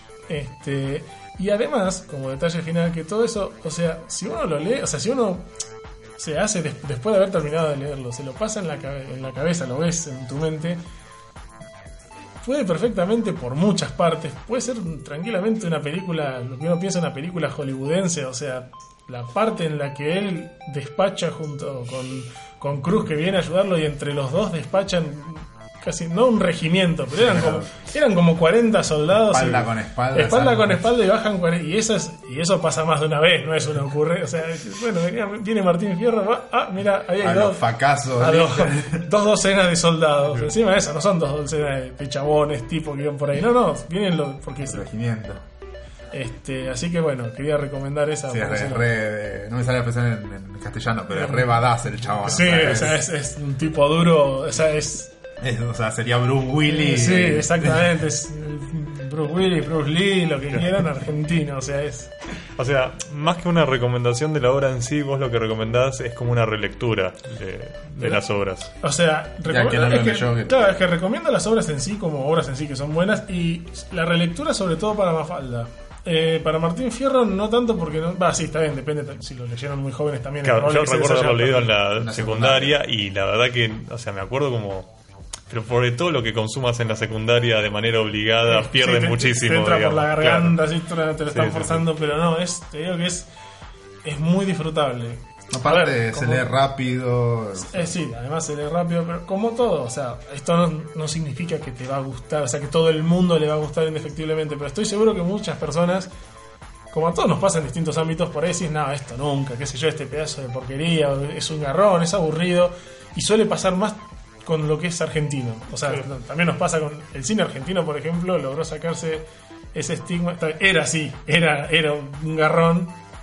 Y además, como detalle final, que todo eso, o sea, si uno lo lee, o sea, si uno se hace después de haber terminado de leerlo, se lo pasa en la cabeza, lo ves en tu mente, puede perfectamente por muchas partes, puede ser tranquilamente una película, lo que uno piensa una película hollywoodense, o sea, la parte en la que él despacha junto con Cruz, que viene a ayudarlo, y entre los dos despachan casi, no un regimiento, pero eran como 40 soldados. Espalda con espalda. Espalda con espalda, y bajan 40, y eso pasa más de una vez, no es una ocurre. O sea, bueno, viene Martín Fierro, mira, ahí hay dos docenas de soldados. Sí. Encima de eso, no son dos docenas de chabones tipo que iban por ahí. No, vienen porque es regimiento. Así que bueno, quería recomendar esa. Sí, no me sale a pensar en castellano, pero es re badass el chabón. Sí, o sea, es un tipo duro, o sea, o sea, sería Bruce Willis. Sí, exactamente. Es Bruce Willis, Bruce Lee, lo que quieran, argentino. O sea, O sea, más que una recomendación de la obra en sí, vos lo que recomendás es como una relectura de las obras. O sea, es que recomiendo las obras en sí como obras en sí que son buenas, y la relectura sobre todo para Mafalda. Para Martín Fierro no tanto, porque sí, está bien, depende si lo leyeron muy jóvenes también. Claro, yo recuerdo haberlo leído en la secundaria, y la verdad que, o sea, me acuerdo como... Pero por todo lo que consumas en la secundaria de manera obligada, pierdes muchísimo. Te entra digamos, por la garganta, claro. te lo están forzando, pero no, te digo que es muy disfrutable. Aparte, se lee rápido. Sí, además se lee rápido, pero como todo, o sea, esto no significa que te va a gustar, o sea, que todo el mundo le va a gustar indefectiblemente, pero estoy seguro que muchas personas, como a todos nos pasa en distintos ámbitos, por ahí decís, no, esto nunca, qué sé yo, este pedazo de porquería, es un garrón, es aburrido, y suele pasar más con lo que es argentino. O sea, también nos pasa con el cine argentino, por ejemplo, logró sacarse ese estigma. Era un garrón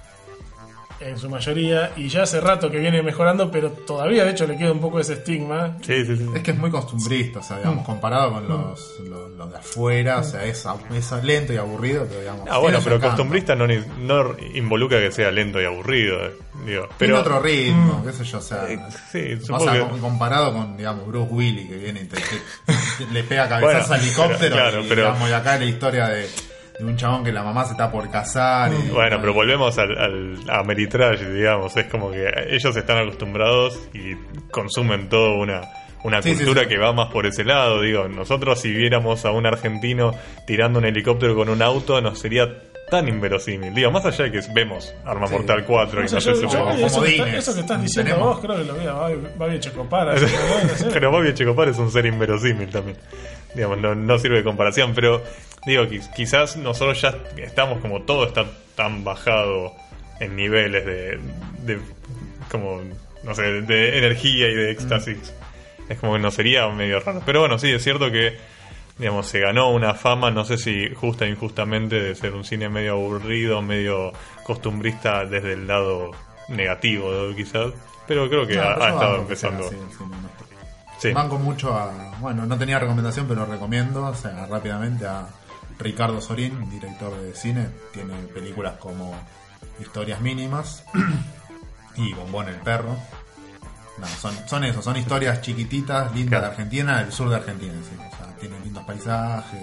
en su mayoría, y ya hace rato que viene mejorando, pero todavía de hecho le queda un poco ese estigma. Sí. Es que es muy costumbrista, o sea, digamos, comparado con los de afuera, o sea, es lento y aburrido, pero digamos... bueno, pero costumbrista no involucra que sea lento y aburrido, digo. Pero tiene otro ritmo, qué sé yo, o sea... Sí, supongo que... comparado con, digamos, Bruce Willis, que viene y le pega cabezazos al helicóptero, digamos, y acá la historia de un chabón que la mamá se está por casar. Bueno, pero volvemos a Meritrash, digamos. Es como que ellos están acostumbrados y consumen toda una cultura que va más por ese lado. Digo, nosotros si viéramos a un argentino tirando un helicóptero con un auto, nos sería tan inverosímil. Digo, más allá de que vemos Arma Mortal 4 y no sé si eso que estás diciendo vos, creo que lo vi a Babi Checopar. Pero Babi Checopar es un ser inverosímil también. Digamos, no sirve de comparación, pero digo, quizás nosotros ya estamos como todo está tan bajado en niveles como, no sé, de energía y de éxtasis. Es como que no sería medio raro. Pero bueno, sí, es cierto que, digamos, se ganó una fama, no sé si justa o injustamente, de ser un cine medio aburrido, medio costumbrista desde el lado negativo, quizás. Pero creo que ha estado empezando. Sí. Banco mucho bueno, no tenía recomendación, pero recomiendo, rápidamente a Ricardo Sorín, director de cine. Tiene películas como Historias Mínimas y Bombón el Perro. No, son historias chiquititas, lindas de Argentina, del sur de Argentina, sí. Tienen lindos paisajes.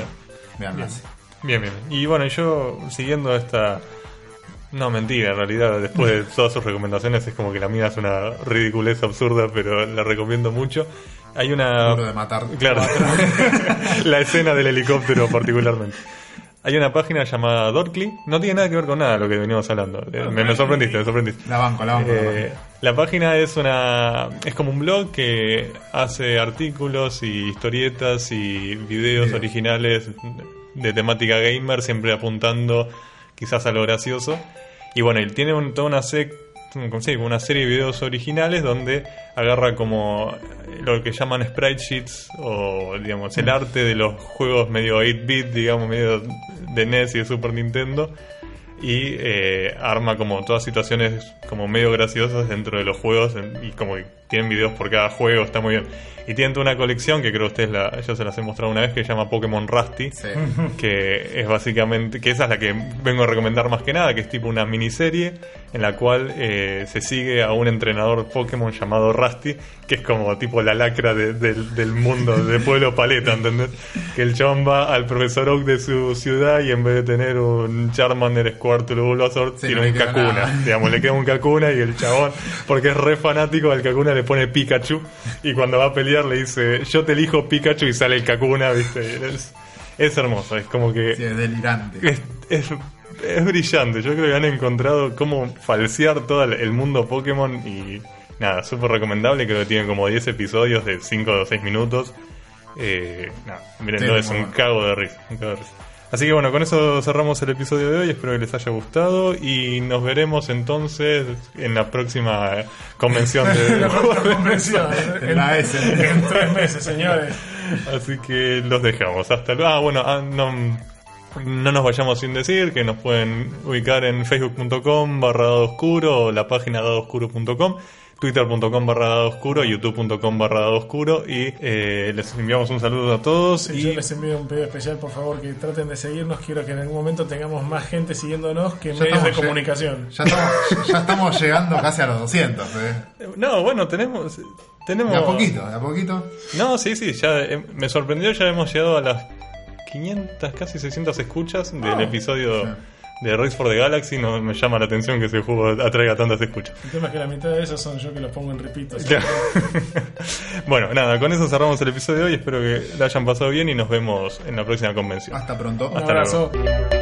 Bien. Y bueno, yo siguiendo esta... No, mentira, en realidad después de todas sus recomendaciones es como que la mía es una ridiculez absurda, pero la recomiendo mucho. Hay una... Duro de matar. Claro. La escena del helicóptero particularmente. Hay una página llamada Dorkly. No tiene nada que ver con nada de lo que veníamos hablando. Me sorprendiste. La banco. La página es como un blog que hace artículos y historietas y videos originales de temática gamer, siempre apuntando quizás a lo gracioso. Y bueno, él tiene toda una serie de videos originales donde agarra como lo que llaman sprite sheets, o digamos el arte de los juegos medio 8-bit, digamos, medio de NES y de Super Nintendo, y arma como todas situaciones como medio graciosas dentro de los juegos, y como que tienen videos por cada juego, está muy bien. Y tienen toda una colección que creo que ustedes ya se las he mostrado una vez, que se llama Pokémon Rusty, que es básicamente, que esa es la que vengo a recomendar más que nada, que es tipo una miniserie en la cual se sigue a un entrenador Pokémon llamado Rusty, que es como tipo la lacra del mundo, de Pueblo Paleta, ¿entendés? Que el chabón va al profesor Oak de su ciudad y en vez de tener un Charmander, Squirtle o Bulbasaur, tiene un Kakuna, digamos, le queda un Kakuna, y el chabón, porque es re fanático del Kakuna, le pone Pikachu, y cuando va a pelear le dice, yo te elijo Pikachu, y sale el Kakuna, ¿viste? Es hermoso, es como que... Sí, es delirante. Es brillante. Yo creo que han encontrado cómo falsear todo el mundo Pokémon, y nada, súper recomendable. Creo que tienen como 10 episodios de 5 o 6 minutos. Miren, es un cago de risa. Así que bueno, con eso cerramos el episodio de hoy. Espero que les haya gustado y nos veremos entonces en la próxima convención de la convención en la S en 3 meses, señores. Así que los dejamos hasta luego. No nos vayamos sin decir que nos pueden ubicar en facebook.com/dadooscuro, o la página dadooscuro.com, twitter.com/dadooscuro, youtube.com/dadooscuro, y les enviamos un saludo a todos. Sí, yo les envío un pedido especial, por favor, que traten de seguirnos. Quiero que en algún momento tengamos más gente siguiéndonos que medios de comunicación. Ya estamos llegando casi a los 200. No, bueno, tenemos de a poquito. No, sí, ya me sorprendió, ya hemos llegado a las 500, casi 600 escuchas del episodio de Race for the Galaxy. No me llama la atención que ese juego atraiga tantas escuchas. El tema es que la mitad de esos son yo que los pongo en repeat. Bueno, nada, con eso cerramos el episodio de hoy. Espero que la hayan pasado bien y nos vemos en la próxima convención. Hasta pronto. Un abrazo. Luego.